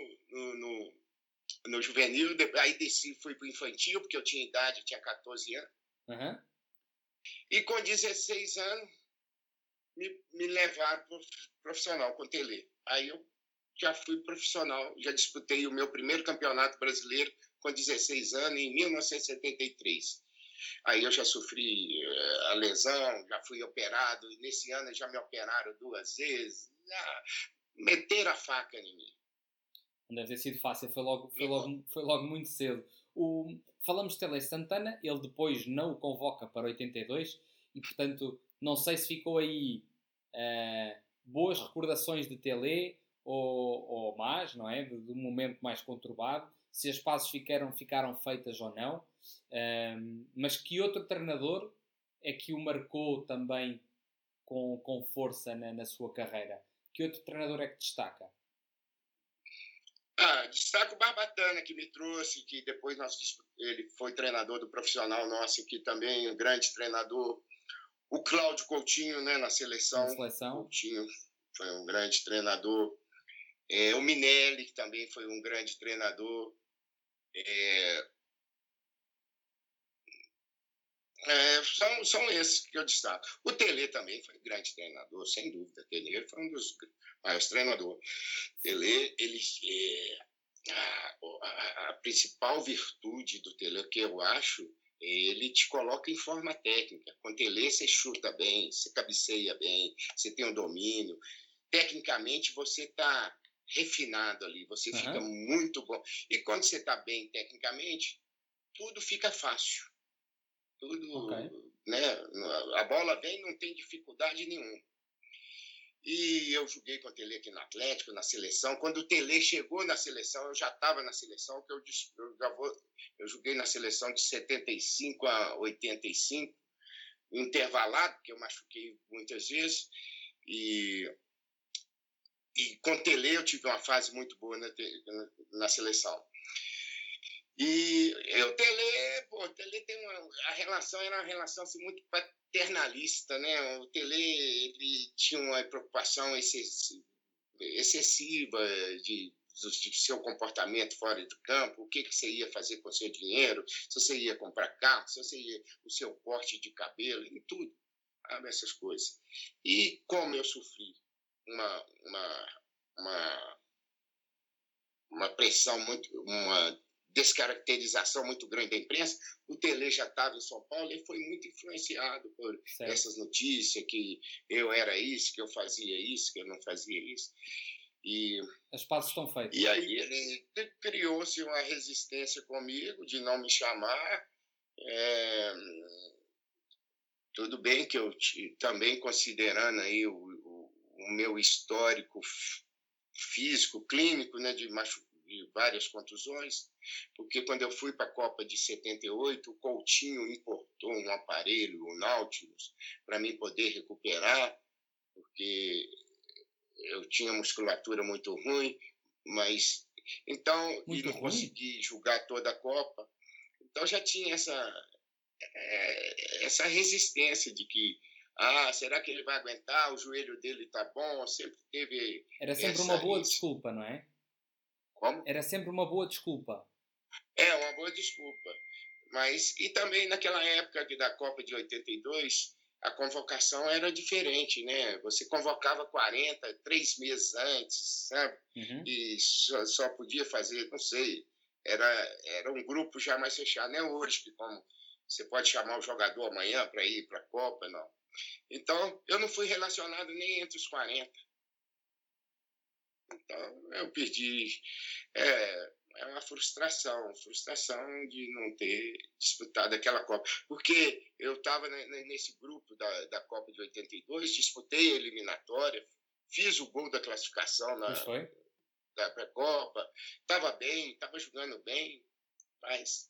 no juvenil, aí desci, fui para o infantil, porque eu tinha idade, eu tinha 14 anos. E com 16 anos, me levaram para o profissional com o Tele. Aí eu já fui profissional, já disputei o meu primeiro campeonato brasileiro com 16 anos, em 1973. Aí eu já sofri a lesão, já fui operado, e nesse ano já me operaram 2 vezes. Meteram a faca em mim. Não deve ter sido fácil, foi logo muito cedo. Falamos de Tele Santana, ele depois não o convoca para 82 e, portanto, não sei se ficou aí boas recordações de Tele ou más, não é? De um momento mais conturbado, se as pazes ficaram feitas ou não. Mas que outro treinador é que o marcou também com força na sua carreira? Que outro treinador é que destaca? Destaca o Barbatana, que me trouxe, que depois ele foi treinador do profissional nosso aqui também, um grande treinador. O Cláudio Coutinho, né, na seleção. Coutinho foi um grande treinador. O Minelli, que também foi um grande treinador. São esses que eu destaco. O Tele também foi um grande treinador, sem dúvida. O Tele foi um dos maiores treinadores. Tele, a principal virtude do Tele, que eu acho, ele te coloca em forma técnica. Com o Tele, você chuta bem, você cabeceia bem, você tem um domínio. Tecnicamente, você está refinado ali, você fica muito bom. E quando você está bem tecnicamente, tudo fica fácil. tudo, Ok. né? A bola vem, não tem dificuldade nenhuma. E eu joguei com o Tele aqui no Atlético, na seleção. Quando o Tele chegou na seleção, eu já estava na seleção, que eu joguei na seleção de 75 a 85, intervalado, porque eu machuquei muitas vezes. E com o Tele eu tive uma fase muito boa na seleção. E o Tele tem a relação era uma relação assim, muito paternalista, né? O Tele ele tinha uma preocupação excessiva de seu comportamento fora do campo, o que você ia fazer com o seu dinheiro, se você ia comprar carro, se você ia, o seu corte de cabelo, em tudo, sabe, essas coisas. E como eu sofri uma pressão uma descaracterização muito grande da imprensa, o Tele já estava em São Paulo e foi muito influenciado por essas notícias que eu era isso, que eu fazia isso, que eu não fazia isso. E as pazes estão feitas. E aí ele criou-se uma resistência comigo de não me chamar. Tudo bem que eu também, considerando aí o meu histórico físico, clínico, né, de várias contusões, porque quando eu fui para a Copa de 78, o Coutinho importou um aparelho, o Nautilus, para mim poder recuperar, porque eu tinha musculatura muito ruim, mas então muito e não ruim? consegui jogar toda a Copa. Então já tinha essa resistência de que será que ele vai aguentar? O joelho dele tá bom? Sempre teve. Era sempre uma boa desculpa, não é? Como? Era sempre uma boa desculpa. Uma boa desculpa. Mas, e também naquela época da Copa de 82, a convocação era diferente, né? Você convocava 40, 3 meses antes, sabe? Uhum. E só podia fazer, não sei, era um grupo já mais fechado. Não é hoje que como você pode chamar o jogador amanhã para ir para a Copa, não. Então, eu não fui relacionado nem entre os 40. Então, eu perdi. É uma frustração de não ter disputado aquela Copa. Porque eu estava nesse grupo da Copa de 82, disputei a eliminatória, fiz o gol da classificação da Copa, estava bem, estava jogando bem, mas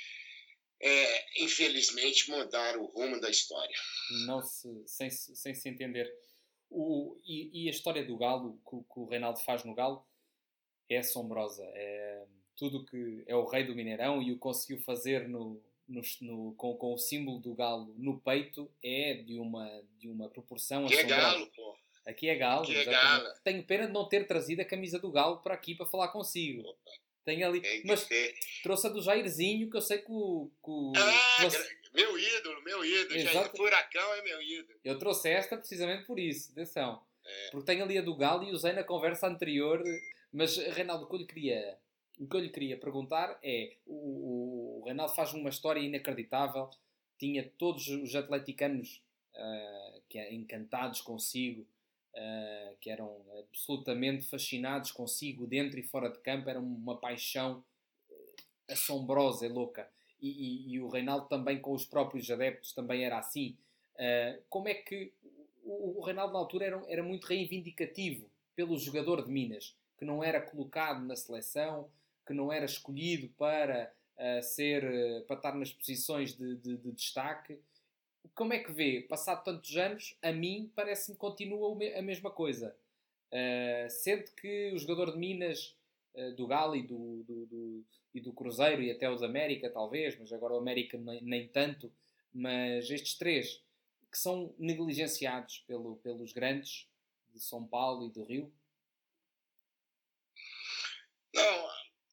infelizmente mudaram o rumo da história. Não sem se entender. E a história do Galo, que o Reinaldo faz no Galo, é assombrosa. Tudo que é o rei do Mineirão e o conseguiu fazer com o símbolo do Galo no peito é de uma proporção assombrosa. Que é Galo, pô. Aqui é Galo. Aqui é Galo. Tenho pena de não ter trazido a camisa do Galo para aqui para falar consigo. Tenho ali, mas trouxe a do Jairzinho, que eu sei que meu ídolo. Jair Furacão é meu ídolo. Eu trouxe esta precisamente por isso, atenção. Porque tenho ali a do Galo e usei na conversa anterior. Mas, Reinaldo, o que eu lhe queria perguntar é: o Reinaldo faz uma história inacreditável, tinha todos os atleticanos encantados consigo, que eram absolutamente fascinados consigo, dentro e fora de campo, era uma paixão assombrosa e louca. E o Reinaldo também com os próprios adeptos também era assim. Como é que o Reinaldo na altura era muito reivindicativo pelo jogador de Minas, que não era colocado na seleção, que não era escolhido para estar nas posições de destaque. Como é que vê? Passado tantos anos, a mim parece-me que continua a mesma coisa. Sente que o jogador de Minas, do Galo e do Cruzeiro e até o da América talvez, mas agora o América nem tanto, mas estes três que são negligenciados pelos grandes de São Paulo e do Rio? Não,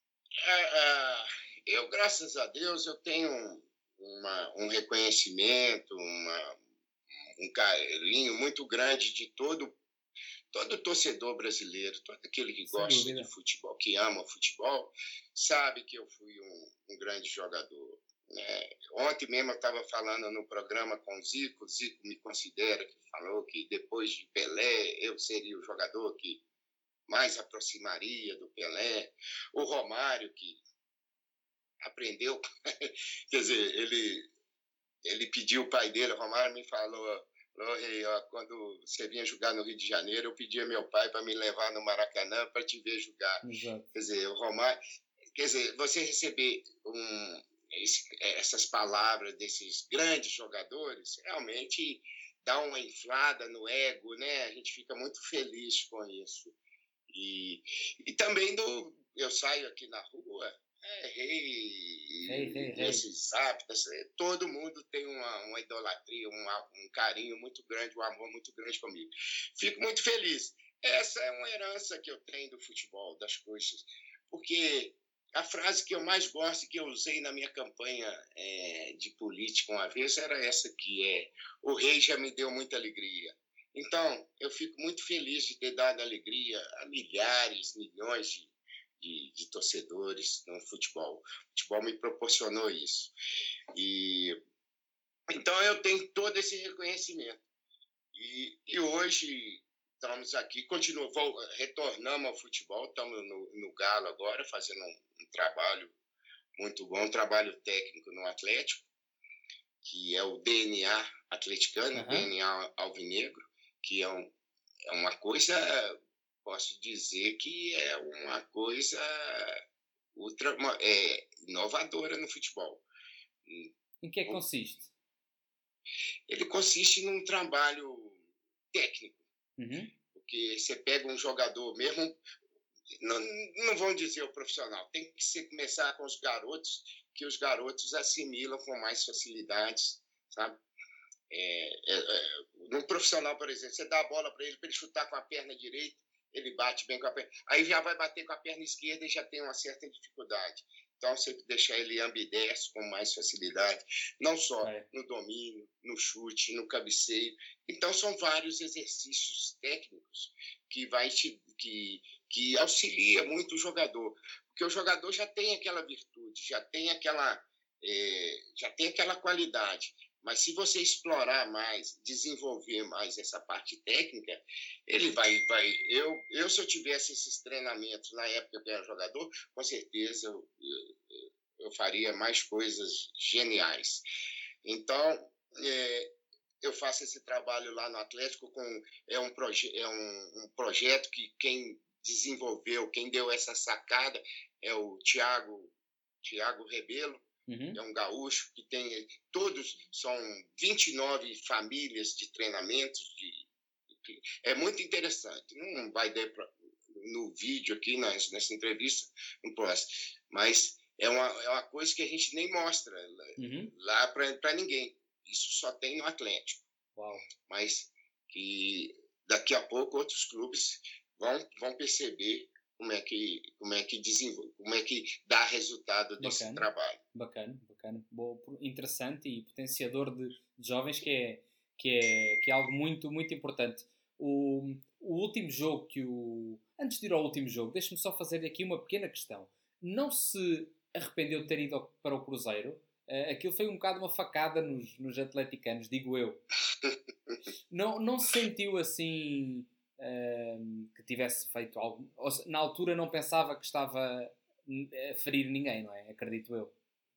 eu, graças a Deus, eu tenho um reconhecimento, um carinho muito grande de todo torcedor brasileiro, todo aquele que gosta de futebol, que ama futebol, sabe que eu fui um grande jogador. Ontem mesmo eu estava falando no programa com o Zico me considera, que falou que depois de Pelé eu seria o jogador que mais aproximaria do Pelé. O Romário, que aprendeu, quer dizer, ele ele pediu, o pai dele, o Romário, me falou, Rei, quando você vinha jogar no Rio de Janeiro, eu pedia meu pai para me levar no Maracanã para te ver jogar. Exato. Quer dizer, o Romário... Quer dizer, você receber essas palavras desses grandes jogadores, realmente dá uma inflada no ego, né? A gente fica muito feliz com isso. E também eu saio aqui na rua, Rei, esses hábitos, todo mundo tem uma idolatria, um carinho muito grande, um amor muito grande comigo. Fico muito feliz. Essa é uma herança que eu tenho do futebol, das coisas, porque a frase que eu mais gosto e que eu usei na minha campanha de política uma vez era essa, que é: o rei já me deu muita alegria. Então, eu fico muito feliz de ter dado alegria a milhares, milhões de torcedores no futebol. O futebol me proporcionou isso. Então, eu tenho todo esse reconhecimento. E hoje estamos aqui, retornamos ao futebol, estamos no Galo agora, fazendo um trabalho muito bom, um trabalho técnico no Atlético, que é o DNA atleticano, DNA alvinegro, que é uma coisa, posso dizer que é uma coisa inovadora no futebol. Em que é que consiste? Ele consiste num trabalho técnico. Porque você pega um jogador mesmo, não vão dizer o profissional, tem que começar com os garotos, que os garotos assimilam com mais facilidades, sabe? No profissional, por exemplo, você dá a bola para ele chutar com a perna direita, ele bate bem com a perna, aí já vai bater com a perna esquerda e já tem uma certa dificuldade. Então, você deixar ele ambidestro com mais facilidade, não só no domínio, no chute, no cabeceio. Então, são vários exercícios técnicos que auxilia muito o jogador, porque o jogador já tem aquela virtude, já tem aquela qualidade. Mas se você explorar mais, desenvolver mais essa parte técnica, ele vai. Se eu tivesse esses treinamentos na época que eu era jogador, com certeza eu faria mais coisas geniais. Então, eu faço esse trabalho lá no Atlético um projeto que quem desenvolveu, quem deu essa sacada é o Thiago Rebelo. É um gaúcho que são 29 famílias de treinamentos. É muito interessante. Não vai dar no vídeo aqui, nessa entrevista, não posso. Mas é uma coisa que a gente nem mostra lá para ninguém. Isso só tem no Atlético. Uau. Mas que daqui a pouco outros clubes vão perceber como é que desenvolve, como é que dá resultado desse trabalho. Bacana. Interessante e potenciador de jovens, que é algo muito, muito importante. O último jogo Antes de ir ao último jogo, deixe-me só fazer aqui uma pequena questão. Não se arrependeu de ter ido para o Cruzeiro? Aquilo foi um bocado uma facada nos atleticanos, digo eu. Não se sentiu assim... que tivesse feito algo, na altura não pensava que estava a ferir ninguém, não é? Acredito eu.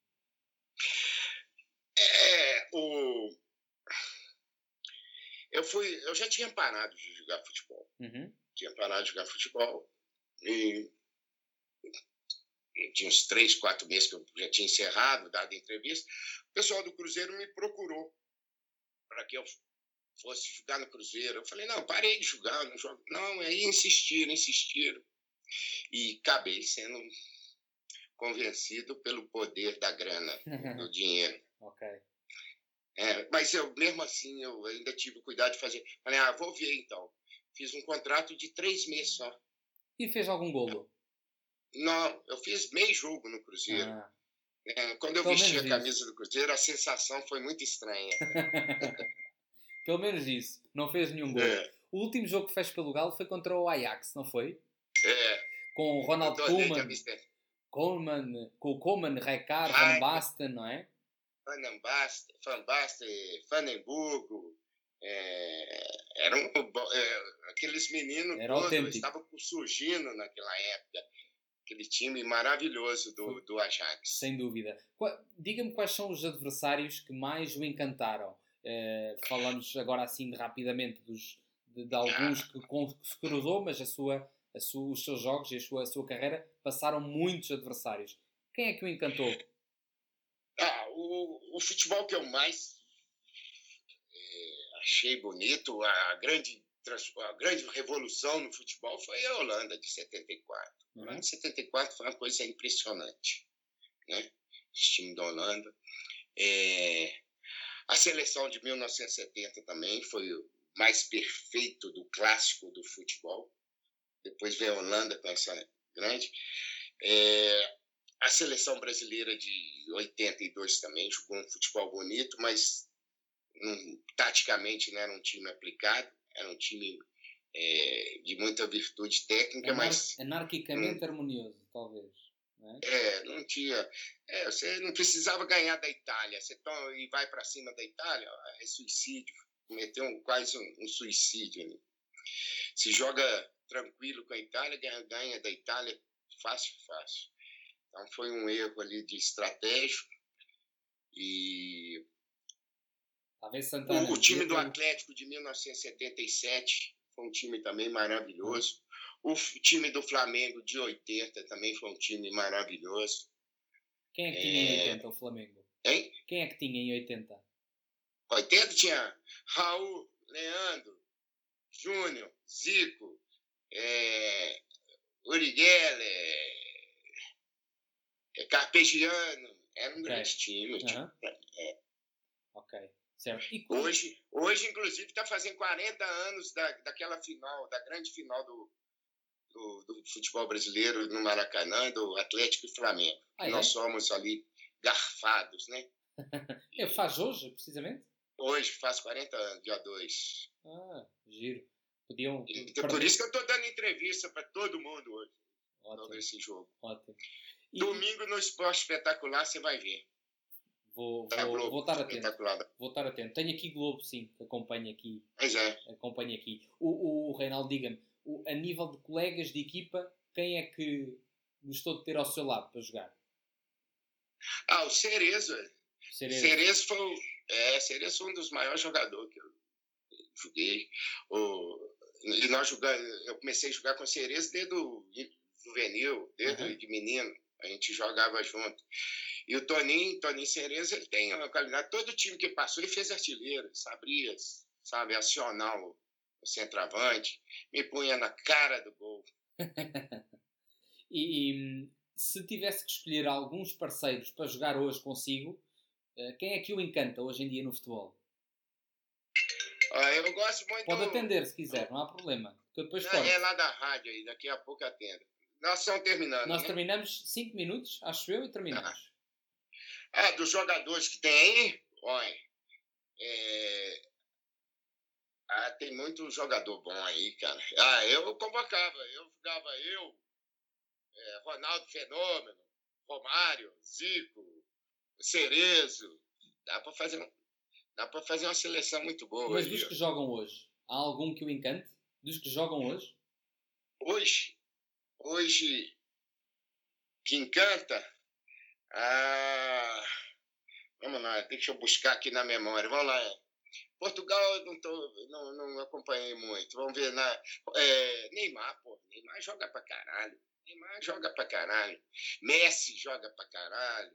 Eu já tinha parado de jogar futebol. Tinha parado de jogar futebol e tinha uns 3, 4 meses que eu já tinha encerrado, dado entrevista. O pessoal do Cruzeiro me procurou para que eu fosse jogar no Cruzeiro. Eu falei, não, parei de jogar, não jogo. Não, aí insistiram. E acabei sendo convencido pelo poder da grana, do dinheiro. Ok. Mas eu, mesmo assim, eu ainda tive o cuidado de fazer. Falei, vou ver então. Fiz um contrato de 3 meses só. E fez algum golo? Não, eu fiz meio jogo no Cruzeiro. Quando eu vesti a camisa do Cruzeiro, a sensação foi muito estranha. Pelo menos isso. Não fez nenhum gol. O último jogo que fez pelo Galo foi contra o Ajax, não foi? Com o Ronald Koeman, com o Koeman, Rijkaard, Van Basten, não é? Van Basten, Vandenburgo. Eram aqueles meninos todos estavam surgindo naquela época. aquele time maravilhoso do Ajax. Sem dúvida. Diga-me quais são os adversários que mais o encantaram. Falamos agora assim rapidamente de alguns que se cruzou, mas os seus jogos e a sua carreira passaram muitos adversários. Quem é que o encantou? O futebol que eu mais achei bonito, a grande revolução no futebol foi a Holanda de 74. A Holanda de 74 foi uma coisa impressionante, né? Esse time da Holanda. A seleção de 1970 também foi o mais perfeito do clássico do futebol. Depois veio a Holanda com essa grande. A seleção brasileira de 82 também jogou um futebol bonito, mas taticamente não era um time aplicado, era um time de muita virtude técnica, mas... Anarquicamente harmonioso, talvez. Não não tinha... você não precisava ganhar da Itália, você e vai para cima da Itália, é suicídio, cometeu quase um suicídio ali. Se joga tranquilo com a Itália, ganha da Itália fácil. Então foi um erro ali de estratégia. E o time do Atlético de 1977 foi um time também maravilhoso. O time do Flamengo de 80 também foi um time maravilhoso. Quem é que tinha em 80 o Flamengo? Hein? Quem é que tinha em 80? 80 tinha Raul, Leandro, Júnior, Zico, Uri Geller, Carpegiani. Era um grande time. Ok, certo. Hoje, inclusive, está fazendo 40 anos daquela final, da grande final do futebol brasileiro no Maracanã, do Atlético e Flamengo. Nós somos ali garfados, né? Faz hoje, precisamente? Hoje, faz 40 anos, dia 2. Giro. Por isso que eu estou dando entrevista para todo mundo hoje. Sobre esse jogo. Ótimo. Domingo no Esporte Espetacular você vai ver. Vou estar atento. Vou estar atento. Tenho aqui Globo, sim, que acompanha aqui. Pois é. Acompanha aqui. O Reinaldo, diga-me, a nível de colegas de equipa, quem é que gostou de ter ao seu lado para jogar? O Cerezo. Cerezo foi um dos maiores jogadores que eu joguei. E eu comecei a jogar com o Cerezo desde o juvenil, desde de menino. A gente jogava junto. E o Toninho Cerezo, ele tem uma qualidade. Todo time que passou, ele fez artilheiro, sabia, sabe, acionar o centroavante, me punha na cara do gol. E se tivesse que escolher alguns parceiros para jogar hoje consigo, quem é que o encanta hoje em dia no futebol? Eu gosto muito... Pode atender se quiser, não há problema. Depois é lá da rádio aí, daqui a pouco atendo. Nós estamos terminando. Nós terminamos 5 minutos, acho eu, e terminamos. Dos jogadores que tem aí, olha, tem muito jogador bom aí, cara. Eu convocava, eu jogava Ronaldo Fenômeno, Romário, Zico, Cerezo. Dá para fazer uma seleção muito boa. Mas dos que jogam hoje, há algum que o encante? Dos que jogam hoje? Hoje que encanta? Vamos lá, deixa eu buscar aqui na memória. Vamos lá. Portugal eu não acompanhei muito. Vamos ver Neymar, pô. Neymar joga pra caralho. Messi joga pra caralho.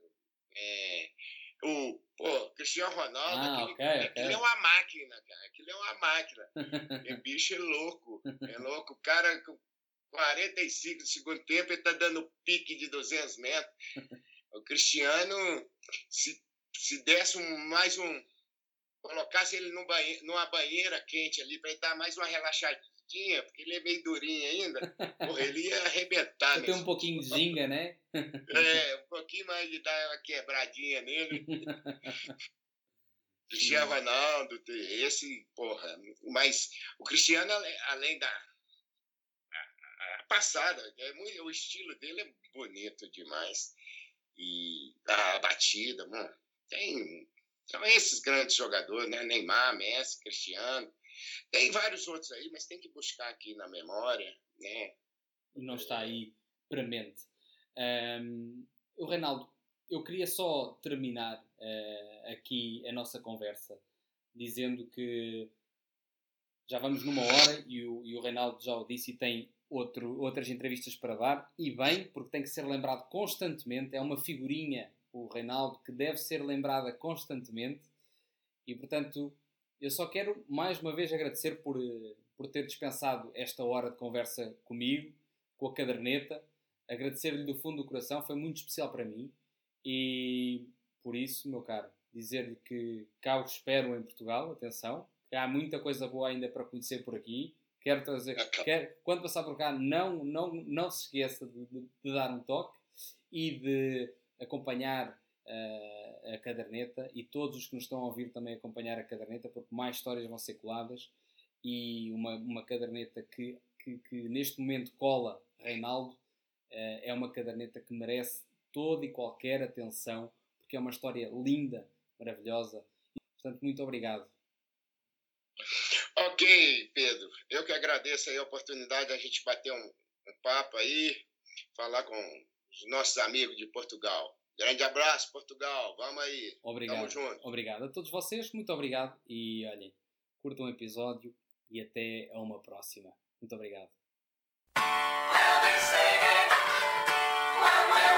Cristiano Ronaldo, aquele é uma máquina, cara. Aquilo é uma máquina. Bicho é louco. O cara com 45 do segundo tempo, ele tá dando pique de 200 metros. O Cristiano, se desse colocasse ele numa banheira quente ali, para ele dar mais uma relaxadinha, porque ele é meio durinho ainda, ele ia arrebentar. Tem um pouquinho de ginga, né? Um pouquinho mais de dar uma quebradinha nele. Cristiano Ronaldo, mas o Cristiano, além da passada, o estilo dele é bonito demais. E a batida, são esses grandes jogadores, né? Neymar, Messi, Cristiano. Tem vários outros aí, mas tem que buscar aqui na memória, né? E não está aí premente. O Reinaldo, eu queria só terminar aqui a nossa conversa dizendo que já vamos numa hora e o Reinaldo já o disse e tem outras entrevistas para dar, e bem, porque tem que ser lembrado constantemente, é uma figurinha, o Reinaldo, que deve ser lembrada constantemente, e portanto eu só quero mais uma vez agradecer por ter dispensado esta hora de conversa comigo, com a caderneta, agradecer-lhe do fundo do coração, foi muito especial para mim, e por isso, meu caro, dizer-lhe que cá o espero em Portugal, atenção, que há muita coisa boa ainda para conhecer por aqui. Quero trazer, quando passar por cá, não se esqueça de dar um toque e de acompanhar a caderneta, e todos os que nos estão a ouvir também acompanhar a caderneta, porque mais histórias vão ser coladas, e uma caderneta que neste momento cola Reinaldo, é uma caderneta que merece toda e qualquer atenção, porque é uma história linda, maravilhosa, e, portanto, muito obrigado. Ok, Pedro. Eu que agradeço aí a oportunidade de a gente bater um papo aí, falar com os nossos amigos de Portugal. Grande abraço, Portugal. Vamos aí. Obrigado. Tamo junto. Obrigado a todos vocês. Muito obrigado. E, olhem, curtam o episódio e até a uma próxima. Muito obrigado.